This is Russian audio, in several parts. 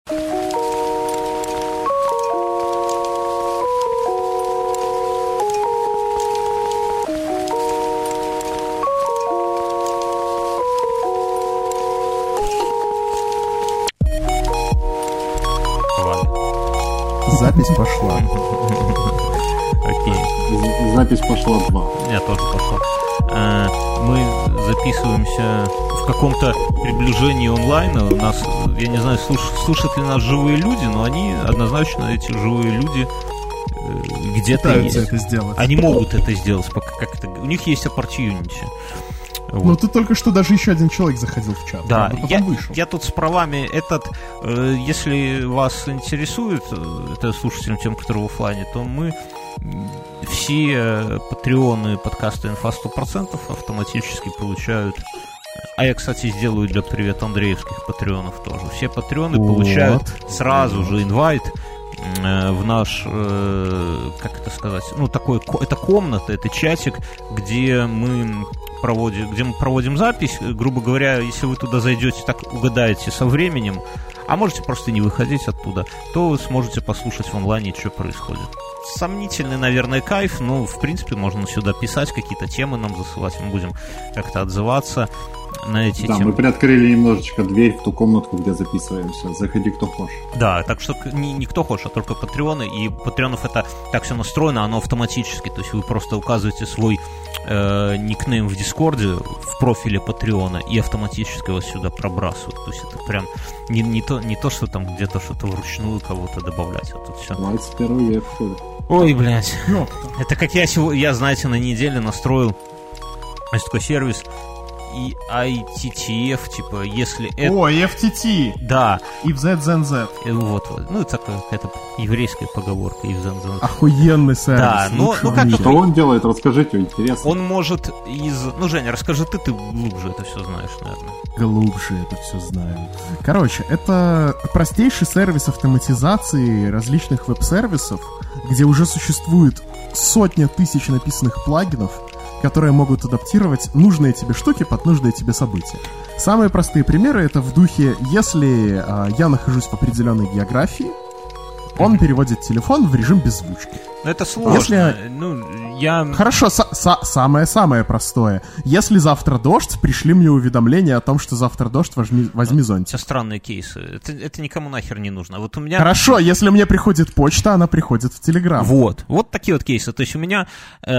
Запись пошла. Окей. Запись пошла 2. У меня тоже пошла. Мы записываемся в каком-то приближении онлайна. У нас, я не знаю, слушают ли нас живые люди, но они однозначно, эти живые люди, где-то есть. Это сделать. Они могут это сделать, как-то. У них есть opportunity. Вот. Ну, тут только что даже еще один человек заходил в чат. Да, я тут с правами если вас интересует, это слушателям тем, которые в офлайне, то мы все патреоны подкаста «Инфа 100% автоматически получают. А я, кстати, сделаю для «Привет Андреевских» патреонов тоже. Все патреоны получают сразу же инвайт в наш, как это сказать, это комната, это чатик, где мы проводим запись. Грубо говоря, если вы туда зайдете, так угадаете со временем, а можете просто не выходить оттуда, то вы сможете послушать в онлайне, что происходит. Сомнительный, наверное, кайф, но, в принципе, можно сюда писать, какие-то темы нам засылать, мы будем как-то отзываться на эти темы. Да, мы приоткрыли немножечко дверь в ту комнатку, где записываемся. Заходи, кто хочешь. Да, так что не кто хочешь, а только патреоны. И патреонов это так все настроено, оно автоматически. То есть вы просто указываете свой никнейм в Дискорде, в профиле патреона, и автоматически вас сюда пробрасывают. То есть это прям не то, что там где-то что-то вручную кого-то добавлять. А тут все. 21 век, что ли? Ой, блядь. Это как я, знаете, на неделе настроил такой сервис и ITTF, типа, если это... О, FTT! Да. If that, then that. Вот. Ну, это такая какая-то еврейская поговорка, if that, then that. Охуенный сервис. Да, что он делает? Расскажите, интересно. Он может Женя, расскажи ты глубже это все знаешь, наверное. Глубже это все знаю. Короче, это простейший сервис автоматизации различных веб-сервисов, где уже существует сотня тысяч написанных плагинов, которые могут адаптировать нужные тебе штуки под нужные тебе события. Самые простые примеры — это в духе, если я нахожусь в определенной географии, он переводит телефон в режим беззвучки. Но это сложно. Хорошо, самое-самое простое. Если завтра дождь, пришли мне уведомление о том, что завтра дождь, возьми зонтик. Это странные кейсы. Это никому нахер не нужно. Вот у меня... Хорошо, если мне приходит почта, она приходит в Телеграм. Вот такие вот кейсы. То есть у меня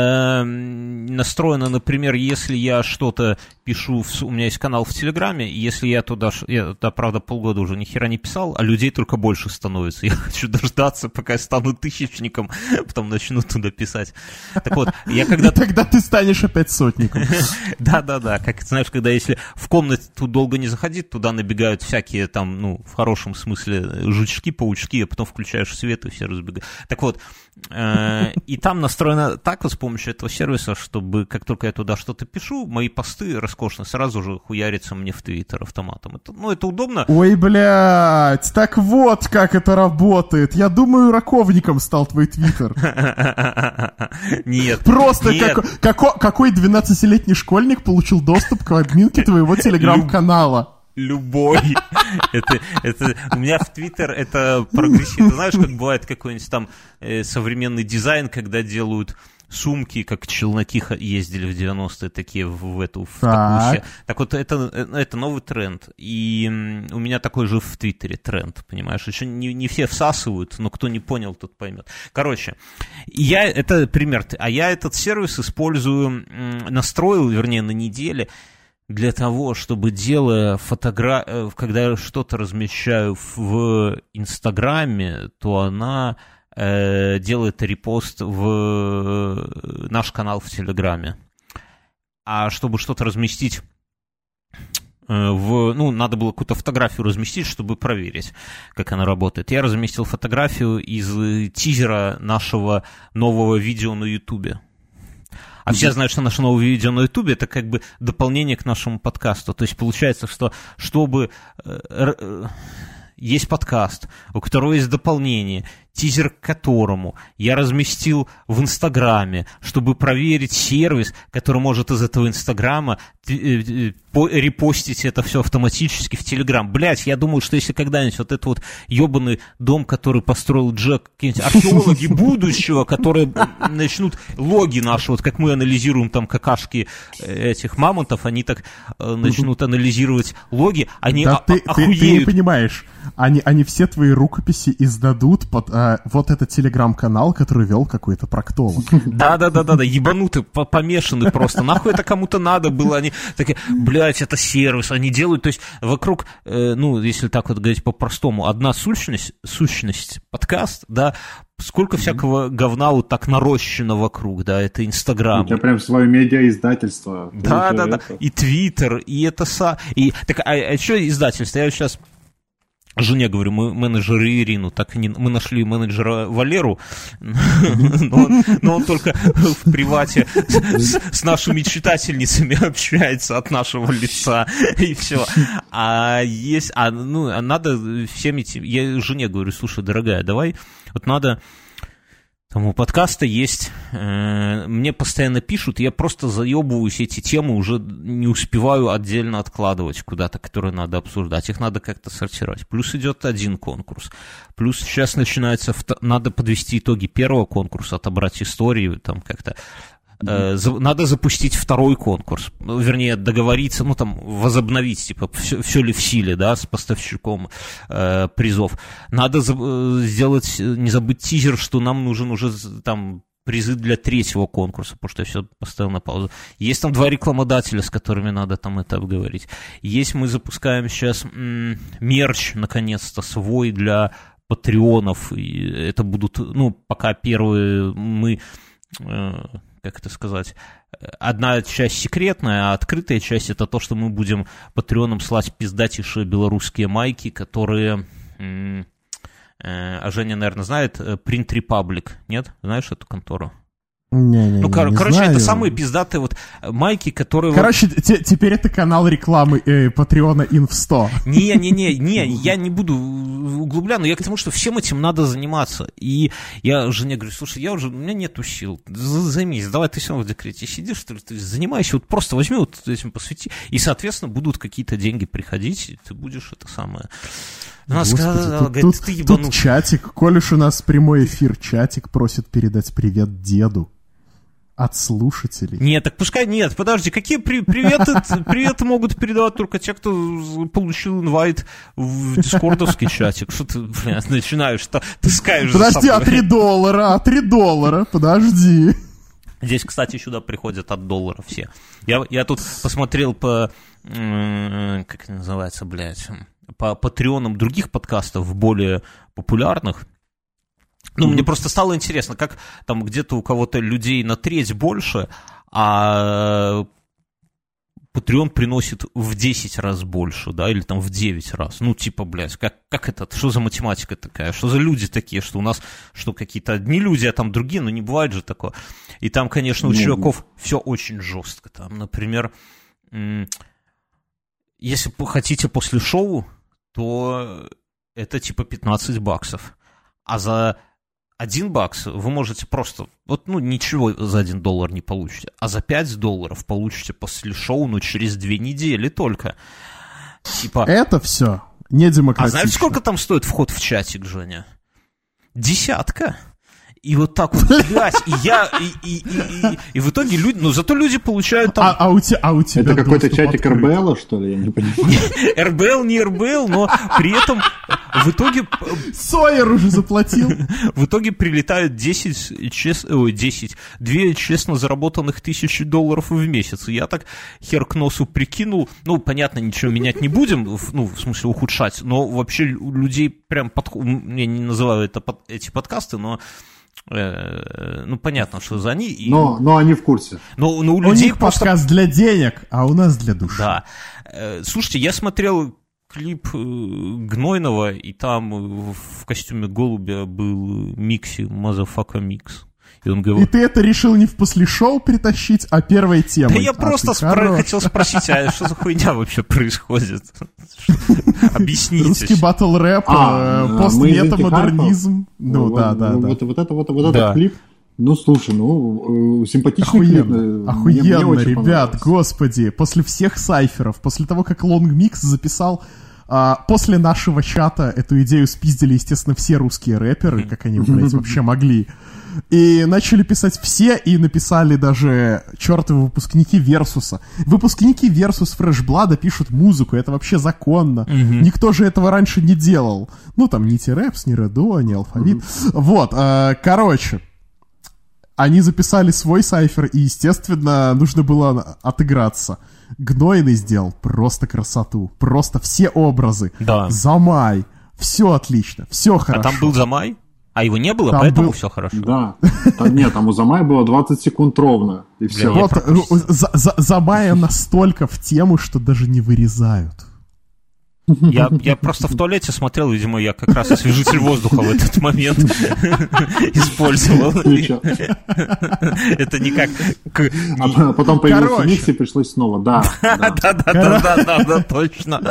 настроено, например, если я что-то пишу, у меня есть канал в Телеграме, если я туда, правда, полгода уже ни хера не писал, а людей только больше становится. Я хочу дождаться, пока я стану тысячником, потом начну туда писать. Так вот, я когда-то... Тогда ты станешь опять сотником. Да. Как, знаешь, когда если в комнате тут долго не заходить, туда набегают всякие там, в хорошем смысле, жучки, паучки, а потом включаешь свет, и все разбегают. Так вот, и там настроено так вот с помощью этого сервиса, чтобы как только я туда что-то пишу, мои посты роскошно сразу же хуярятся мне в Твиттер автоматом. Это удобно. Ой, блядь, так вот как это работает. Я думаю, раковником стал твой Твиттер. Нет. Просто какой 12-летний школьник получил доступ к админке твоего телеграм-канала? Любой. У меня в Твиттер это прогрессивно. Знаешь, как бывает какой-нибудь там современный дизайн, когда делают сумки, как челноки ездили в 90-е, такие в такую. Так вот, это новый тренд. И у меня такой же в Твиттере тренд, понимаешь? Еще не все всасывают, но кто не понял, тот поймет. Короче, это пример. А я этот сервис настроил, вернее, на неделе, для того, чтобы, делая когда я что-то размещаю в Инстаграме, то она делает репост в наш канал в Телеграме. А чтобы что-то разместить надо было какую-то фотографию разместить, чтобы проверить, как она работает. Я разместил фотографию из тизера нашего нового видео на Ютубе. А все знают, что наше новое видео на Ютубе — это как бы дополнение к нашему подкасту. То есть получается, что чтобы... Есть подкаст, у которого есть дополнение. тизер к которому я разместил в Инстаграме, чтобы проверить сервис, который может из этого Инстаграма репостить это все автоматически в Телеграм. Блять, я думаю, что если когда-нибудь вот этот вот ебаный дом, который построил Джек, какие-нибудь археологи будущего, которые начнут логи наши, вот как мы анализируем там какашки этих мамонтов, они так начнут анализировать логи, они охуеют. Ты не понимаешь, они все твои рукописи издадут под вот этот телеграм-канал, который вел какой-то проктолог. Да, ебануты, помешаны просто. Нахуй это кому-то надо было. Они такие, блядь, это сервис, они делают, то есть вокруг, если так вот говорить по-простому, одна сущность подкаст, да, сколько всякого говна вот так нарощено вокруг, да, это Инстаграм. Это прям свое медиа-издательство. Да, и Твиттер, и это Так, а что издательство? Я сейчас жене говорю, мы менеджеры Ирину, так мы нашли менеджера Валеру, но он только в привате с нашими читательницами общается от нашего лица, и все. Надо всеми... Я жене говорю, слушай, дорогая, давай, вот надо... Там у подкаста есть, мне постоянно пишут, я просто заебываюсь эти темы, уже не успеваю отдельно откладывать куда-то, которые надо обсуждать, их надо как-то сортировать. Плюс идет один конкурс, плюс сейчас начинается, надо подвести итоги первого конкурса, отобрать историю, там как-то. Надо запустить второй конкурс, вернее, договориться, возобновить, все ли в силе, да, с поставщиком призов. Надо сделать, не забыть тизер, что нам нужен уже там призы для третьего конкурса, потому что я все поставил на паузу. Есть там 2 рекламодателя, с которыми надо там это обговорить. Мы запускаем сейчас мерч, наконец-то, свой для патреонов, и это будут, пока первые мы... как это сказать, одна часть секретная, а открытая часть — это то, что мы будем патреонам слать пиздатейшие белорусские майки, которые... А Женя, наверное, знает Print Republic, нет? Знаешь эту контору? Не короче, знаю. Это самые пиздатые вот майки, которые... Короче, теперь это канал рекламы Патреона Инв100. Не, я не буду углубляться, но я к тому, что всем этим надо заниматься. И я жене говорю, слушай, у меня нету сил, займись, давай ты все в декрете сидишь, что ли, ты занимайся, вот просто возьми вот этим посвяти, и, соответственно, будут какие-то деньги приходить, и ты будешь это самое... Она сказала, говорит, ты ебанутый. Тут чатик, коль уж у нас прямой эфир, чатик просит передать привет деду. От слушателей. Нет, так пускай нет, подожди, какие приветы могут передавать только те, кто получил инвайт в дискордовский чатик? Что ты, начинаешь, таскаешь подожди, за собой. $3, подожди. Здесь, кстати, сюда приходят от $1 все. Я тут посмотрел по, как это называется, по патреонам других подкастов, более популярных. Мне просто стало интересно, как там где-то у кого-то людей на треть больше, а Patreon приносит в 10 раз больше, да, или там в 9 раз. Как это, что за математика такая, что за люди такие, что у нас, что какие-то одни люди, а там другие, не бывает же такого. И там, конечно, у чуваков все очень жестко. Там, например, если хотите после шоу, то это $15. А за $1 вы можете просто, ничего за $1 не получите, а за $5 получите после шоу, через 2 недели только. Это все не демократично. А знаешь, сколько там стоит вход в чатик, Женя? 10. И вот так вот, блядь, и в итоге люди, зато люди получают там... А у тебя это какой-то чатик РБЛ, что ли? Я не понимаю. РБЛ, не РБЛ, но при этом в итоге... Сойер уже заплатил. В итоге прилетают 2 честно заработанных $1000 в месяц. И я так хер к носу прикинул, понятно, ничего менять не будем, в смысле ухудшать, но вообще людей прям, я не называю эти подкасты, но... понятно, что за они. Но они в курсе. Но у людей них подкаст для денег, а у нас для души. Да. Слушайте, я смотрел клип Гнойного, и там в костюме голубя был Микси, Motherfucker Mix. И он И говорит... ты это решил не в после шоу притащить, а первой темой. Да я просто хотел спросить, а что за хуйня вообще происходит? Объясните. Русский батл рэп, постметамодернизм. Ну да. Вот этот клип. Ну, слушай, симпатичный клип. Охуенно, ребят, господи. После всех сайферов, после того, как Long Mix записал... после нашего чата эту идею спиздили, естественно, все русские рэперы, как они, блядь, вообще могли. И начали писать все, и написали даже чертовы выпускники Версуса. Выпускники Версус Фрешблада пишут музыку, это вообще законно. Никто же этого раньше не делал. Ну, там, ни T-Raps, ни Редо, ни Алфавит. Вот, короче. Они записали свой сайфер, и, естественно, нужно было отыграться. Гнойный сделал просто красоту. Просто все образы. Да. Замай. Все отлично, все хорошо. А там был Замай? А его не было, там поэтому все хорошо. Да. Нет, там у Замая было 20 секунд ровно. И все. Вот Замая настолько в тему, что даже не вырезают. Я просто в туалете смотрел, видимо, я как раз освежитель воздуха в этот момент использовал. Это не как... А потом появился микс и пришлось снова, да. Да, точно.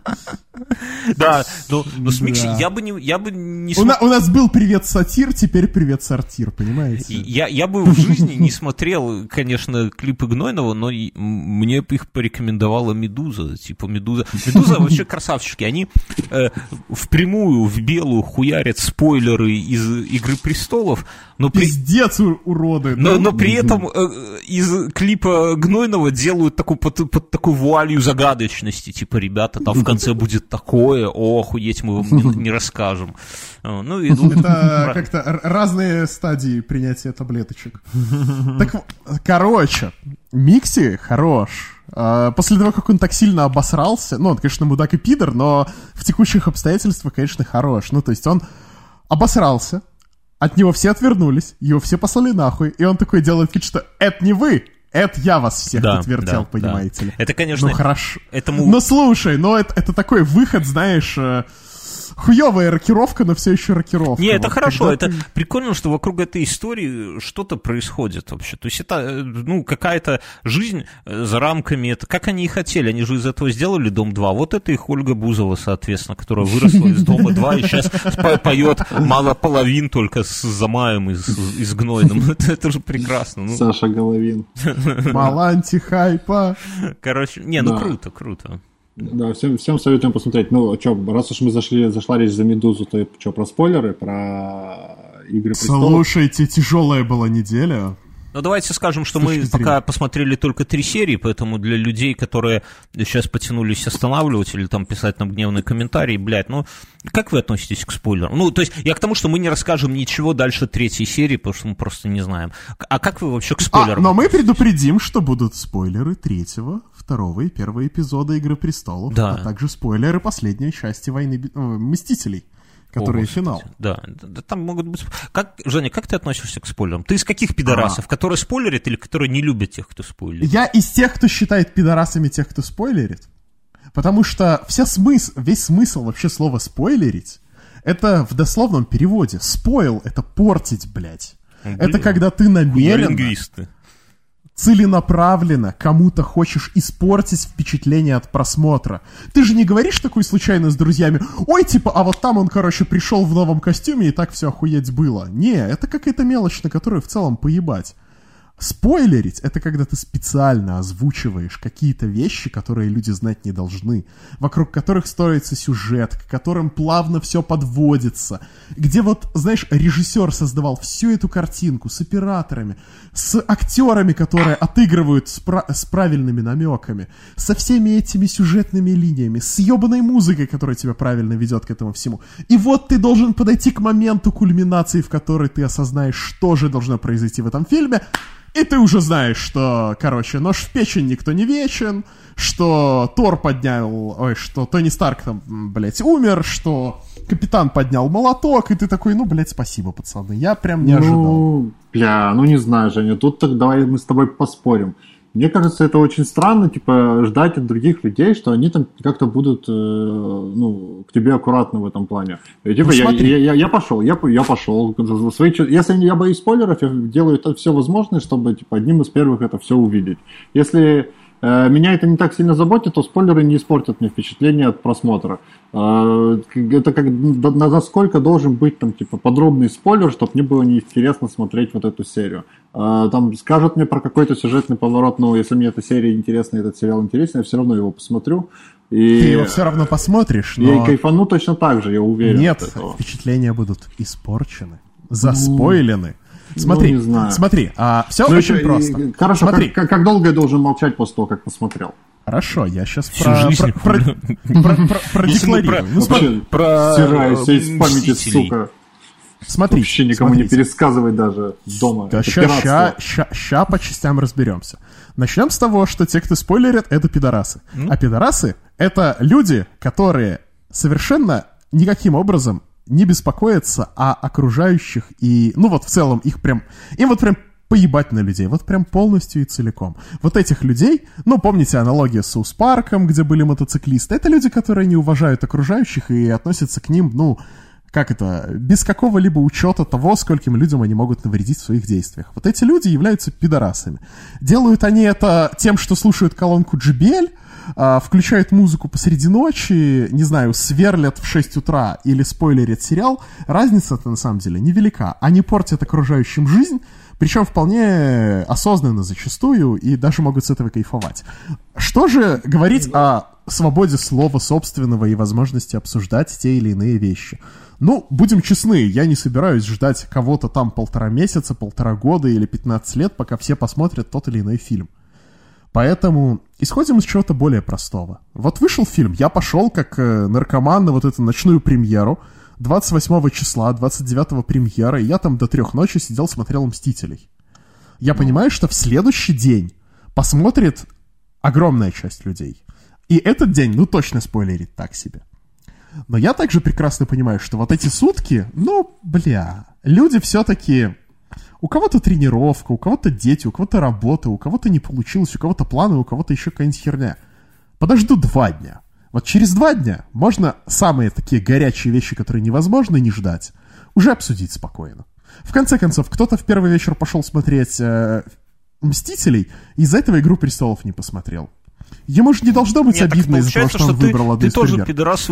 Да, но с миксом я бы не... У нас был привет сатир, теперь привет сортир, понимаете? Я бы в жизни не смотрел, конечно, клипы Гнойного, но мне их порекомендовала Медуза. Типа Медуза вообще красавчики. Они впрямую, в белую хуярят спойлеры из «Игры престолов». Пиздец, уроды. Но при этом из клипа Гнойного делают под такой вуалью загадочности. Типа, ребята, там в конце будет такое, охуеть, мы вам не расскажем. Это как-то разные стадии принятия таблеточек. Так, короче, Микси хорош. После того, как он так сильно обосрался, он, конечно, мудак и пидор, но в текущих обстоятельствах, конечно, хорош. То есть он обосрался, от него все отвернулись, его все послали нахуй, и он такой делает вид, что это не вы, это я вас всех отвертел, понимаете ли. Это, конечно... хорошо. Но слушай, это такой выход, знаешь... Хуёвая рокировка, но все еще рокировка. Не, это хорошо, это прикольно, что вокруг этой истории что-то происходит вообще. То есть это, какая-то жизнь за рамками, это как они и хотели, они же из этого сделали «Дом-2». Вот это их Ольга Бузова, соответственно, которая выросла из «Дома-2» и сейчас поет «Мало половин» только с Замаем и с Гнойным. Это же прекрасно. Саша Головин. Мало антихайпа. Короче, круто. Да, всем советуем посмотреть. Раз уж зашла речь за Медузу, то что, про спойлеры, про «Игры престолов»? Слушайте, тяжелая была неделя. Давайте скажем, что мы пока посмотрели только 3 серии, поэтому для людей, которые сейчас потянулись останавливать или там писать нам гневные комментарии, как вы относитесь к спойлерам? То есть я к тому, что мы не расскажем ничего дальше 3-й серии, потому что мы просто не знаем. А как вы вообще к спойлерам? Но мы предупредим, что будут спойлеры 3-го, 2-го и 1-го эпизода «Игры престолов», а также спойлеры последней части «Войны Мстителей». Который финал. Да, там могут быть... Женя, как ты относишься к спойлерам? Ты из каких пидорасов? Которые спойлерят или которые не любят тех, кто спойлерит? Я из тех, кто считает пидорасами тех, кто спойлерит. Потому что весь смысл вообще слова «спойлерить» это в дословном переводе. Спойл — это портить, блядь. Это когда ты намеренно... Лингвисты. Целенаправленно кому-то хочешь испортить впечатление от просмотра. Ты же не говоришь такое случайно с друзьями: ой, а вот там он, пришел в новом костюме и так все охуеть было. Не, это какая-то мелочь, на которую в целом поебать. Спойлерить — это когда ты специально озвучиваешь какие-то вещи, которые люди знать не должны, вокруг которых строится сюжет, к которым плавно все подводится, где режиссер создавал всю эту картинку с операторами, с актерами, которые отыгрывают с правильными намеками, со всеми этими сюжетными линиями, с ебаной музыкой, которая тебя правильно ведет к этому всему. И вот ты должен подойти к моменту кульминации, в которой ты осознаешь, что же должно произойти в этом фильме. И ты уже знаешь, что, нож в печень никто не вечен, что Тор что Тони Старк умер, что Капитан поднял молоток, и ты такой, спасибо, пацаны, я прям не ожидал. Не знаю, Женя, тут так давай мы с тобой поспорим. Мне кажется, это очень странно, типа, ждать от других людей, что они там как-то будут, к тебе аккуратны в этом плане. И, типа, я пошел. Если я боюсь спойлеров, я делаю это все возможное, чтобы, типа, одним из первых это все увидеть. Если меня это не так сильно заботит, то спойлеры не испортят мне впечатление от просмотра. Это насколько должен быть там, типа, подробный спойлер, чтобы мне было неинтересно смотреть вот эту серию. Там скажут мне про какой-то сюжетный поворот, но если мне эта серия интересна, этот сериал интересен, я все равно его посмотрю. И ты его все равно посмотришь, но... Я и кайфану точно так же, я уверен. Нет, впечатления будут испорчены, заспойлены. Смотри, все очень просто. Хорошо, смотри. Как долго я должен молчать после того, как посмотрел? Хорошо, я сейчас продекларирую. Стираюсь из памяти, сука. Смотри. Вообще никому не пересказывай даже дома. Да, ща по частям разберемся. Начнем с того, что те, кто спойлерят, это пидорасы. А пидорасы — это люди, которые совершенно никаким образом не беспокоятся о окружающих и, в целом, им вот прям поебать на людей, вот прям полностью и целиком. Вот этих людей, помните аналогию с Соус Парком, где были мотоциклисты, это люди, которые не уважают окружающих и относятся к ним, без какого-либо учета того, скольким людям они могут навредить в своих действиях. Вот эти люди являются пидорасами. Делают они это тем, что слушают колонку JBL, включают музыку посреди ночи, не знаю, сверлят в 6 утра или спойлерят сериал. Разница-то на самом деле невелика. Они портят окружающим жизнь, причем вполне осознанно зачастую, и даже могут с этого кайфовать. Что же говорить о свободе слова собственного и возможности обсуждать те или иные вещи? Будем честны, я не собираюсь ждать кого-то там 1,5 месяца, 1,5 года или 15 лет, пока все посмотрят тот или иной фильм. Поэтому исходим из чего-то более простого. Вот вышел фильм, я пошел как наркоман на вот эту ночную премьеру, 28 числа, 29-го премьера, и я там до 3 ночи сидел, смотрел «Мстителей». Я понимаю, что в следующий день посмотрит огромная часть людей. И этот день, точно спойлерит так себе. Но я также прекрасно понимаю, что вот эти сутки, люди все-таки... У кого-то тренировка, у кого-то дети, у кого-то работа, у кого-то не получилось, у кого-то планы, у кого-то еще какая-нибудь херня. Подожду 2 дня. Вот через 2 дня можно самые такие горячие вещи, которые невозможно не ждать, уже обсудить спокойно. В конце концов, кто-то в первый вечер пошел смотреть «Мстителей», и из-за этого «Игру престолов» не посмотрел. Ему же не должно быть обидно из-за того, что он выбрал одну из премьер. Ты тоже пидорас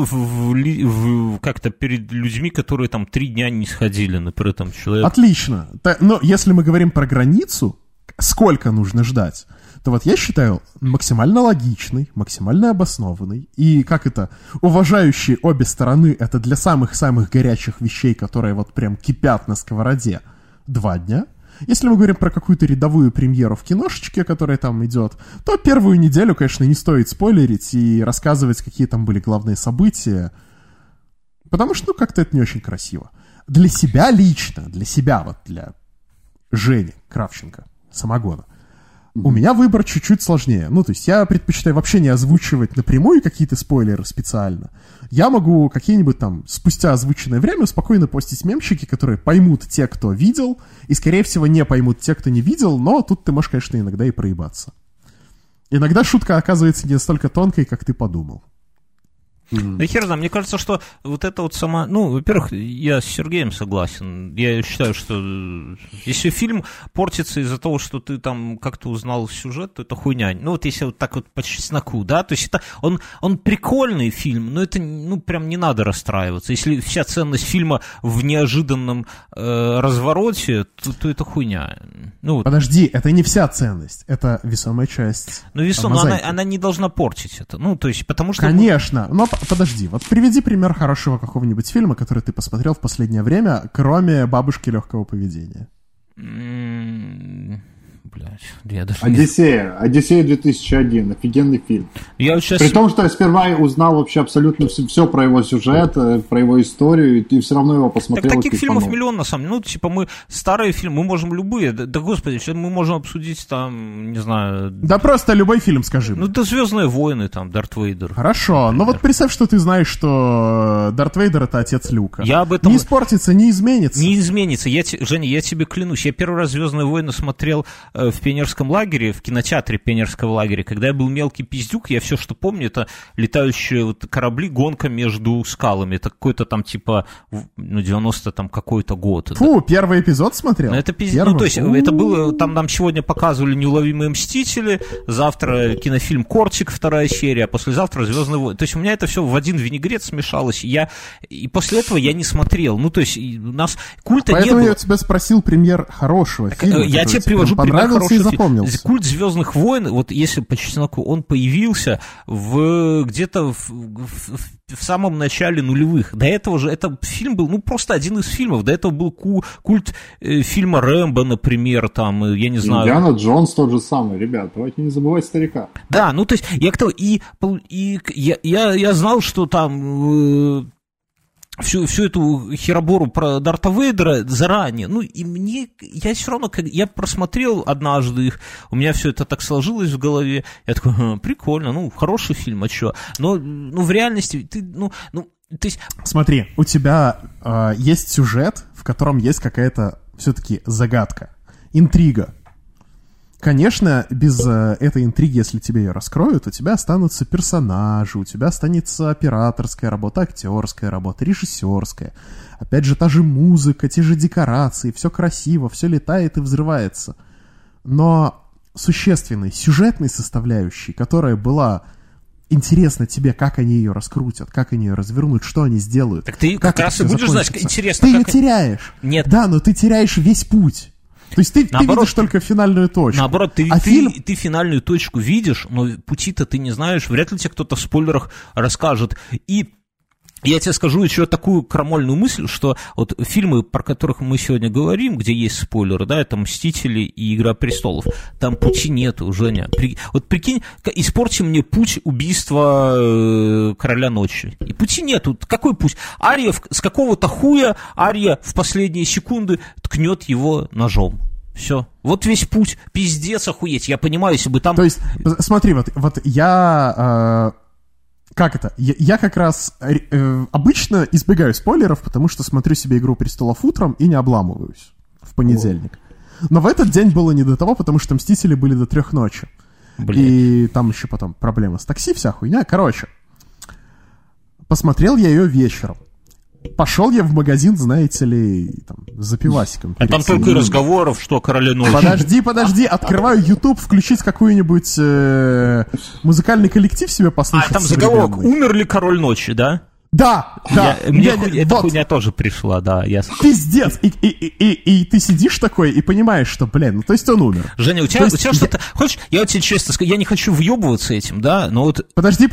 как-то перед людьми, которые там 3 дня не сходили на этом человеке. Отлично. Но если мы говорим про границу, сколько нужно ждать, то вот я считаю максимально логичный, максимально обоснованный и, уважающий обе стороны, это для самых-самых горячих вещей, которые вот прям кипят на сковороде, 2 дня. Если мы говорим про какую-то рядовую премьеру в киношечке, которая там идет, то первую неделю, конечно, не стоит спойлерить и рассказывать, какие там были главные события, потому что, как-то это не очень красиво. Для себя лично, для Жени Кравченко, Самогона, у меня выбор чуть-чуть сложнее. То есть я предпочитаю вообще не озвучивать напрямую какие-то спойлеры специально. Я могу какие-нибудь там спустя озвученное время спокойно постить мемчики, которые поймут те, кто видел, и, скорее всего, не поймут те, кто не видел, но тут ты можешь, конечно, иногда и проебаться. Иногда шутка оказывается не настолько тонкой, как ты подумал. Да хер знает, мне кажется, что вот это вот сама... во-первых, я с Сергеем согласен. Я считаю, что если фильм портится из-за того, что ты там как-то узнал сюжет, то это хуйня. Если вот так вот по чесноку, да, то есть это он прикольный фильм, но это, прям не надо расстраиваться. Если вся ценность фильма в неожиданном развороте, то это хуйня. Подожди, это не вся ценность, это весомая часть. Она не должна портить это. То есть, потому что... Конечно, но подожди, вот приведи пример хорошего какого-нибудь фильма, который ты посмотрел в последнее время, кроме «Бабушки легкого поведения». Я даже «Одиссея». «Одиссея 2001». Офигенный фильм. При том, что я сперва узнал вообще абсолютно все про его сюжет, про его историю, и все равно его посмотрел. Так таких фильмов миллион, на самом деле. Мы старые фильмы, мы можем любые. Да господи, сейчас мы можем обсудить там, не знаю... Да просто любой фильм, скажи мне. Это «Звездные войны», там, Дарт Вейдер. Хорошо, но вот представь, что ты знаешь, что Дарт Вейдер — это отец Люка. Я об этом... Не испортится, не изменится. Не изменится. Женя, я тебе клянусь, я первый раз «Звездные войны» смотрел в пионерском лагере, в кинотеатре пионерского лагеря, когда я был мелкий пиздюк, я все, что помню, это летающие вот корабли, гонка между скалами. Это какой-то там типа, 90 там какой-то год. Фу, первый эпизод смотрел? Это ну, то есть, это было, там нам сегодня показывали «Неуловимые мстители», завтра кинофильм «Кортик», 2-я серия, а послезавтра «Звездные войны». То есть, у меня это все в один винегрет смешалось, и после этого я не смотрел. Ну, то есть, у нас культа поэтому не было. Поэтому я тебя спросил пример хорошего фильма. Я тебе привожу пример хорошего фильма. Культ «Звездных войн», вот если по чесноку, он появился где-то в самом начале нулевых. До этого же этот фильм был, просто один из фильмов. До этого был культ фильма «Рэмбо», например, там, я не знаю. «Индиана Джонс» тот же самый, ребят, давайте не забывать старика. Да, то есть, я знал, что там всю эту херобору про Дарта Вейдера заранее, я все равно, я просмотрел однажды их, у меня все это так сложилось в голове, я такой, прикольно, хороший фильм, а что? Но в реальности, то есть... Смотри, у тебя есть сюжет, в котором есть какая-то все-таки загадка, интрига. Конечно, без этой интриги, если тебе ее раскроют, у тебя останутся персонажи, у тебя останется операторская работа, актерская работа, режиссерская. Опять же, та же музыка, те же декорации, все красиво, все летает и взрывается. Но существенной сюжетной составляющей, которая была интересна тебе, как они ее раскрутят, как они ее развернут, что они сделают. Так ты как раз и будешь знать, интересно. Ты ее теряешь. Нет. Да, но ты теряешь весь путь. То есть ты видишь только финальную точку. Наоборот, ты финальную точку видишь, но пути-то ты не знаешь, вряд ли тебе кто-то в спойлерах расскажет. И я тебе скажу еще такую крамольную мысль, что вот фильмы, про которых мы сегодня говорим, где есть спойлеры, да, это «Мстители» и «Игра престолов», там пути нету, Женя. Вот прикинь, испорти мне путь убийства Короля Ночи. И пути нету. Какой путь? Ария с какого-то хуя, Ария в последние секунды ткнет его ножом. Все. Вот весь путь. Пиздец, охуеть. Я понимаю, если бы там... То есть, смотри, вот я... Как это? Я как раз обычно избегаю спойлеров, потому что смотрю себе «Игру престолов» утром и не обламываюсь в понедельник. Но в этот день было не до того, потому что «Мстители» были до 3 ночи. Блин. И там еще потом проблема с такси, вся хуйня. Короче, посмотрел я ее вечером. Пошел я в магазин, знаете ли, там, за пивасиком. А там только и разговоров, что «Короля ночи». Подожди, открываю YouTube, включить какой-нибудь музыкальный коллектив себе послушать. А там заголовок «Умер ли Король Ночи», да? Да. Эта хуйня тоже пришла, да, ясно. Пиздец! И ты сидишь такой и понимаешь, что, то есть он умер. Женя, у тебя что-то... Хочешь, я вот тебе честно скажу, я не хочу въебываться этим, да, но вот... Подожди.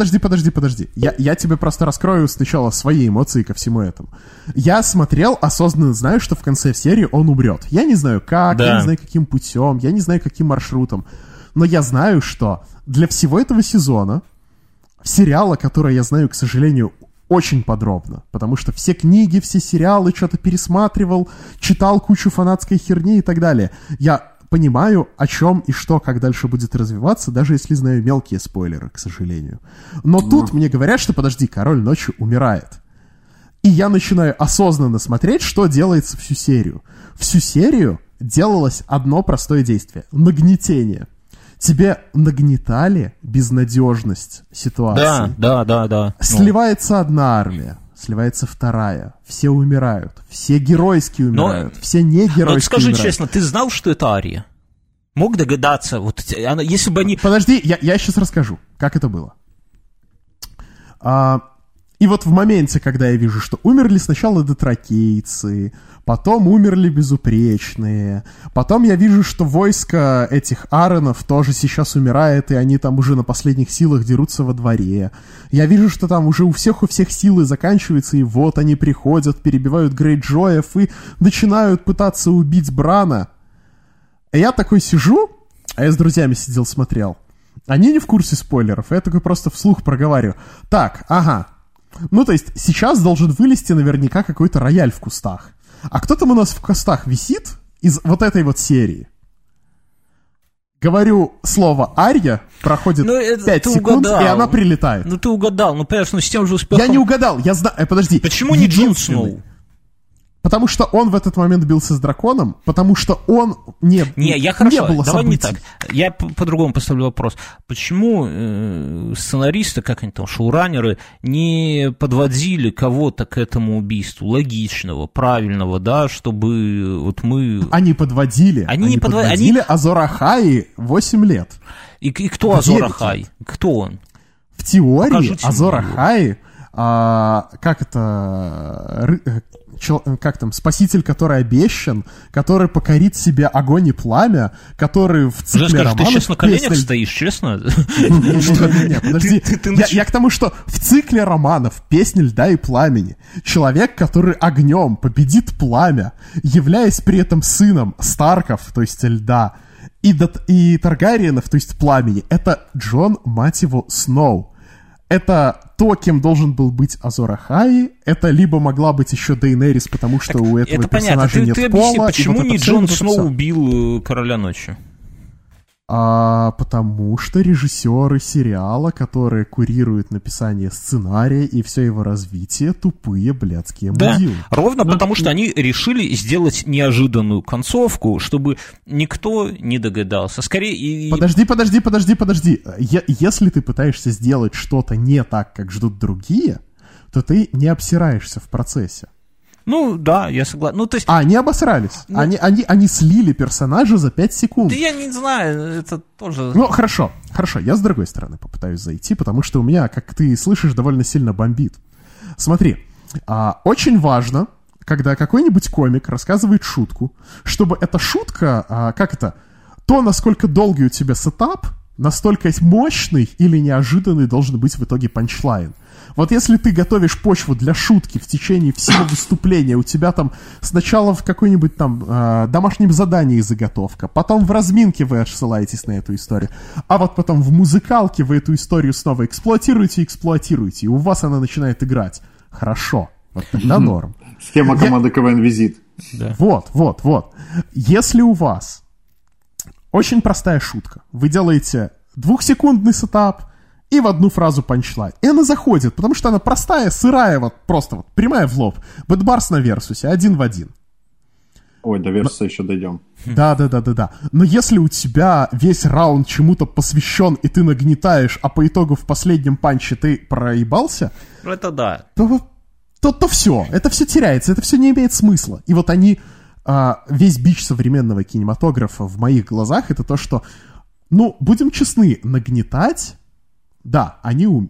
Я тебе просто раскрою сначала свои эмоции ко всему этому. Я смотрел, осознанно знаю, что в конце серии он умрет. Я не знаю как, я не знаю каким путем, я не знаю каким маршрутом. Но я знаю, что для всего этого сезона, сериала, который я знаю, к сожалению, очень подробно, потому что все книги, все сериалы что-то пересматривал, читал кучу фанатской херни и так далее. Я понимаю, о чем и что, как дальше будет развиваться, даже если знаю мелкие спойлеры, к сожалению. Но тут мне говорят, что, подожди, Король Ночи умирает. И я начинаю осознанно смотреть, что делается всю серию. Всю серию делалось одно простое действие — нагнетение. Тебе нагнетали безнадежность ситуации. Да. Сливается одна армия, сливается вторая. Все умирают. Все геройски умирают. Все не геройски умирают. Скажи честно, ты знал, что это Ария? Мог догадаться? Вот, если бы они... Подожди, я сейчас расскажу, как это было. И вот в моменте, когда я вижу, что умерли сначала дотракейцы, потом умерли безупречные, потом я вижу, что войско этих Ааронов тоже сейчас умирает, и они там уже на последних силах дерутся во дворе. Я вижу, что там уже у всех силы заканчиваются, и вот они приходят, перебивают Грейджоев и начинают пытаться убить Брана. И я такой сижу, а я с друзьями сидел, смотрел. Они не в курсе спойлеров, я такой просто вслух проговариваю. Так, ага. То есть сейчас должен вылезти наверняка какой-то рояль в кустах. А кто там у нас в кустах висит из вот этой вот серии? Говорю слово «Ария», проходит 5 секунд, и она прилетает. Ты угадал, понимаешь, с тем же успехом... Я не угадал, я знаю... Подожди. Почему не Джон Сноу? Потому что он в этот момент бился с драконом, потому что он не было давай событий. не так. Я по-другому поставлю вопрос. Почему сценаристы, как они там, шоураннеры, не подводили кого-то к этому убийству логичного, правильного, да, чтобы вот мы... Они подводили. Они подводили Азор Ахай 8 лет. И кто Азор Ахай? Кто он? В теории Азор Ахай, спаситель, который обещан, который покорит себе огонь и пламя, который в цикле романов... Ты сейчас на коленях стоишь, честно? Не, подожди. Я к тому, что в цикле романов «Песни льда и пламени» человек, который огнем победит пламя, являясь при этом сыном Старков, то есть льда, и Таргариенов, то есть пламени, это Джон, мать его, Сноу. Это то, кем должен был быть Азор Ахай, это либо могла быть еще Дейенерис, потому что у этого персонажа нет пола. Ты объясни, почему не Джон Сноу убил Короля Ночи? Потому что режиссеры сериала, которые курируют написание сценария и все его развитие, тупые блядские мудилы. Да, ровно потому что они решили сделать неожиданную концовку, чтобы никто не догадался. Скорее... Подожди. Если ты пытаешься сделать что-то не так, как ждут другие, то ты не обсираешься в процессе. Ну, да, я согласен. Ну, то есть... они обосрались. Ну... Они слили персонажа за 5 секунд. Да я не знаю, это тоже... Ну, хорошо. Я с другой стороны попытаюсь зайти, потому что у меня, как ты слышишь, довольно сильно бомбит. Смотри, очень важно, когда какой-нибудь комик рассказывает шутку, чтобы эта шутка, то, насколько долгий у тебя сетап, настолько мощный или неожиданный должен быть в итоге панчлайн. Вот если ты готовишь почву для шутки в течение всего выступления, у тебя там сначала в какой-нибудь там домашнем задании заготовка, потом в разминке вы ссылаетесь на эту историю, а вот потом в музыкалке вы эту историю снова эксплуатируете, и у вас она начинает играть. Хорошо. Вот тогда норм. Схема команды КВН «Визит». Да. Вот. Если у вас очень простая шутка, вы делаете 2-секундный сетап, и в одну фразу панчлайн. И она заходит, потому что она простая, сырая, просто прямая в лоб. Бэтбарс на Версусе, 1 в 1. Ой, до Версуса еще дойдем. Да. Но если у тебя весь раунд чему-то посвящен, и ты нагнетаешь, а по итогу в последнем панче ты проебался... Это да. То все. Это все теряется, это все не имеет смысла. И вот они... весь бич современного кинематографа в моих глазах, это то, что... будем честны, нагнетать... Да,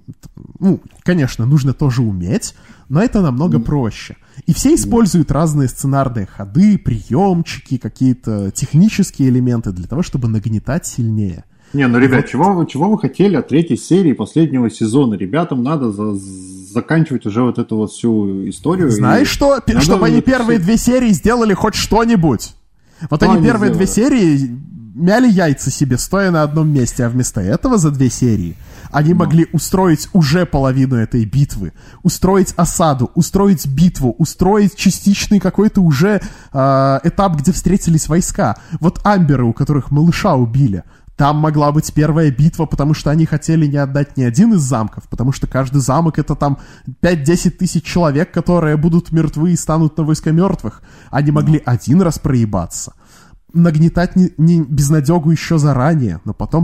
конечно, нужно тоже уметь, но это намного проще. И все используют разные сценарные ходы, приемчики, какие-то технические элементы для того, чтобы нагнетать сильнее. Ребят, чего вы хотели от 3-й серии последнего сезона? Ребятам надо заканчивать уже вот эту вот всю историю. Знаешь что? Чтобы они первые 2 серии сделали хоть что-нибудь. Вот они первые 2 серии мяли яйца себе, стоя на одном месте, а вместо этого за 2 серии они могли устроить уже половину этой битвы, устроить осаду, устроить битву, устроить частичный какой-то уже этап, где встретились войска. Вот амберы, у которых малыша убили, там могла быть первая битва, потому что они хотели не отдать ни один из замков, потому что каждый замок — это там 5-10 тысяч человек, которые будут мертвы и станут на войска мертвых. Они могли один раз проебаться, нагнетать не безнадегу еще заранее, но потом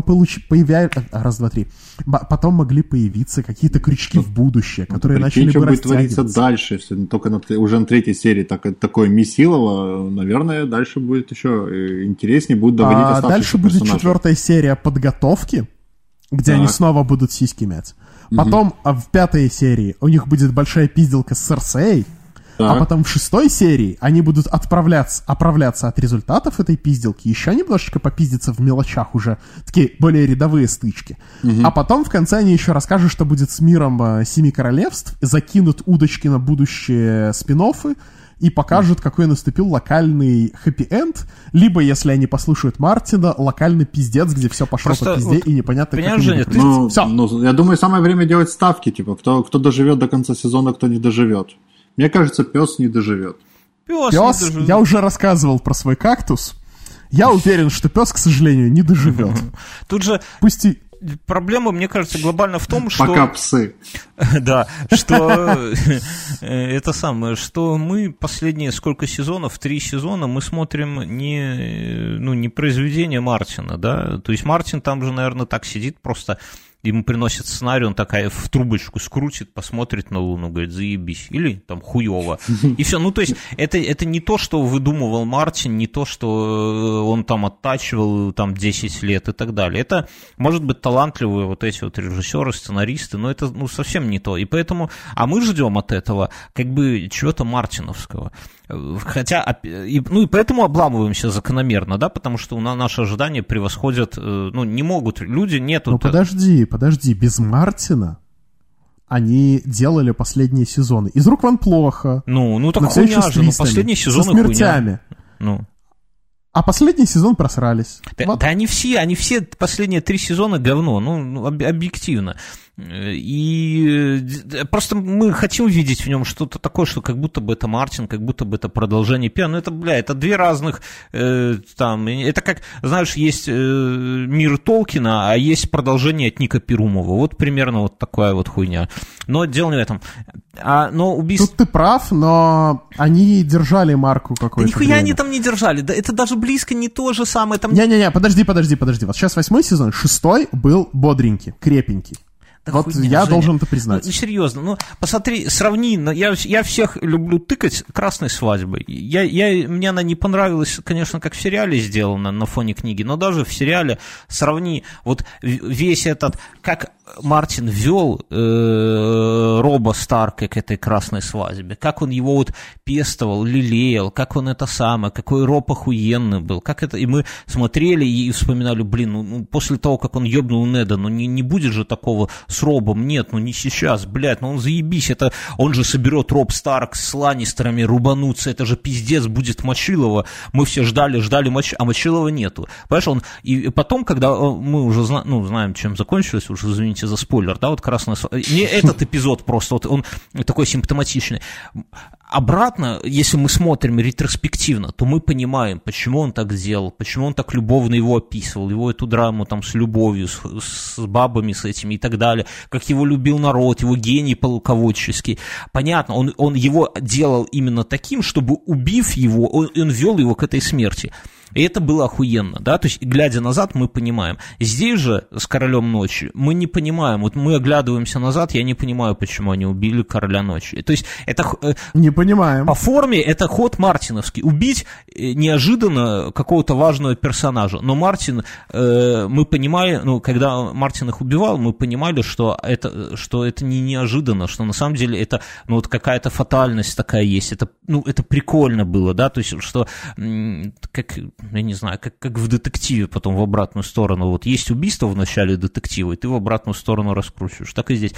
потом могли появиться какие-то крючки в будущее, которые начали бы растягиваться. Что будет твориться дальше, если только уже на 3-й серии такое месилово, наверное, дальше будет еще интереснее, будут доводить оставшихся персонажей. Дальше будет 4-я серия подготовки, где они снова будут сиськи мять. Потом в 5-й серии у них будет большая пизделка с Серсеей. А потом в 6-й серии они будут оправляться от результатов этой пизделки, еще немножечко попиздиться в мелочах уже, такие более рядовые стычки. А потом в конце они еще расскажут, что будет с миром 7 королевств, закинут удочки на будущие спин-оффы и покажут, какой наступил локальный хэппи-энд, либо, если они послушают Мартина, локальный пиздец, где все пошло по пизде и непонятно, как Женя, я думаю, самое время делать ставки, типа, кто доживет до конца сезона, кто не доживет. Мне кажется, пес не доживет. Пес, я уже рассказывал про свой кактус. Я уверен, что пес, к сожалению, не доживет. Тут же... Пусть и... проблема, мне кажется, глобально в том, что... Пока псы. Да, что это самое, что мы последние сколько сезонов, 3 сезона, мы смотрим не произведение Мартина, да, то есть Мартин там же, наверное, так сидит просто... Ему приносят сценарий, он такая в трубочку скрутит, посмотрит на Луну, говорит, заебись. Или там хуёво. И все. Ну, то есть, это не то, что выдумывал Мартин, не то, что он там оттачивал там 10 лет и так далее. Это, может быть, талантливые вот эти вот режиссеры, сценаристы, но это совсем не то. И поэтому, а мы ждем от этого как бы чего-то мартиновского. Хотя, и поэтому обламываемся закономерно, да, потому что наши ожидания превосходят, не могут, люди нету... Ну, подожди, без Мартина они делали последние сезоны. Из рук вон плохо. Так хуйня же, последние сезоны со смертями. Хуйня. А последний сезон просрались. Да они все последние 3 сезона говно, объективно. И просто мы хотим видеть в нем что-то такое, что как будто бы это Мартин, как будто бы это продолжение Пиано. Это 2 разных это как, знаешь, есть мир Толкина, а есть продолжение от Ника Перумова. Вот примерно вот такая вот хуйня. Но дело не в этом. Но убийство... Тут ты прав, но они держали марку какой-то. Да нихуя они там не держали. Да это даже близко не то же самое. Не-не-не, подожди. Вот сейчас 8 сезон, 6 был бодренький, крепенький. Да вот хуйня, я Женя, должен это признать. Серьезно, посмотри, сравни, я всех люблю тыкать «Красной свадьбой». Мне она не понравилась, конечно, как в сериале сделана на фоне книги, но даже в сериале сравни вот весь этот, как Мартин вел Роба Старка к этой «Красной свадьбе», как он его вот пестовал, лелеял, как он это самое, какой Роб охуенный был, как это, и мы смотрели и вспоминали, после того, как он ёбнул Неда, не будет же такого с Робом, нет, не сейчас, блядь, он заебись, он же соберет Роб Старк с Ланнистерами рубануться, это же пиздец будет Мочилова, мы все ждали, а Мочилова нету, понимаешь, и потом, когда мы уже знаем, чем закончилось, уже извините за спойлер, да, вот «Красная свадьба», не этот эпизод просто, вот он такой симптоматичный. Обратно, если мы смотрим ретроспективно, то мы понимаем, почему он так сделал, почему он так любовно его описывал, его эту драму там с любовью, с бабами с этими и так далее, как его любил народ, его гений полководческий. Понятно, он его делал именно таким, чтобы, убив его, он вел его к этой смерти. И это было охуенно, да, то есть, глядя назад, мы понимаем. Здесь же, с «Королем ночи», мы не понимаем, вот мы оглядываемся назад, я не понимаю, почему они убили «Короля ночи». То есть, это... Не понимаем. По форме это ход мартиновский. Убить неожиданно какого-то важного персонажа. Но Мартин, мы понимаем, когда Мартин их убивал, мы понимали, что это не неожиданно, что на самом деле это, вот какая-то фатальность такая есть. Это прикольно было, да, то есть, что как... Я не знаю, как в детективе потом в обратную сторону. Вот есть убийство в начале детектива, и ты в обратную сторону раскручиваешь. Так и здесь.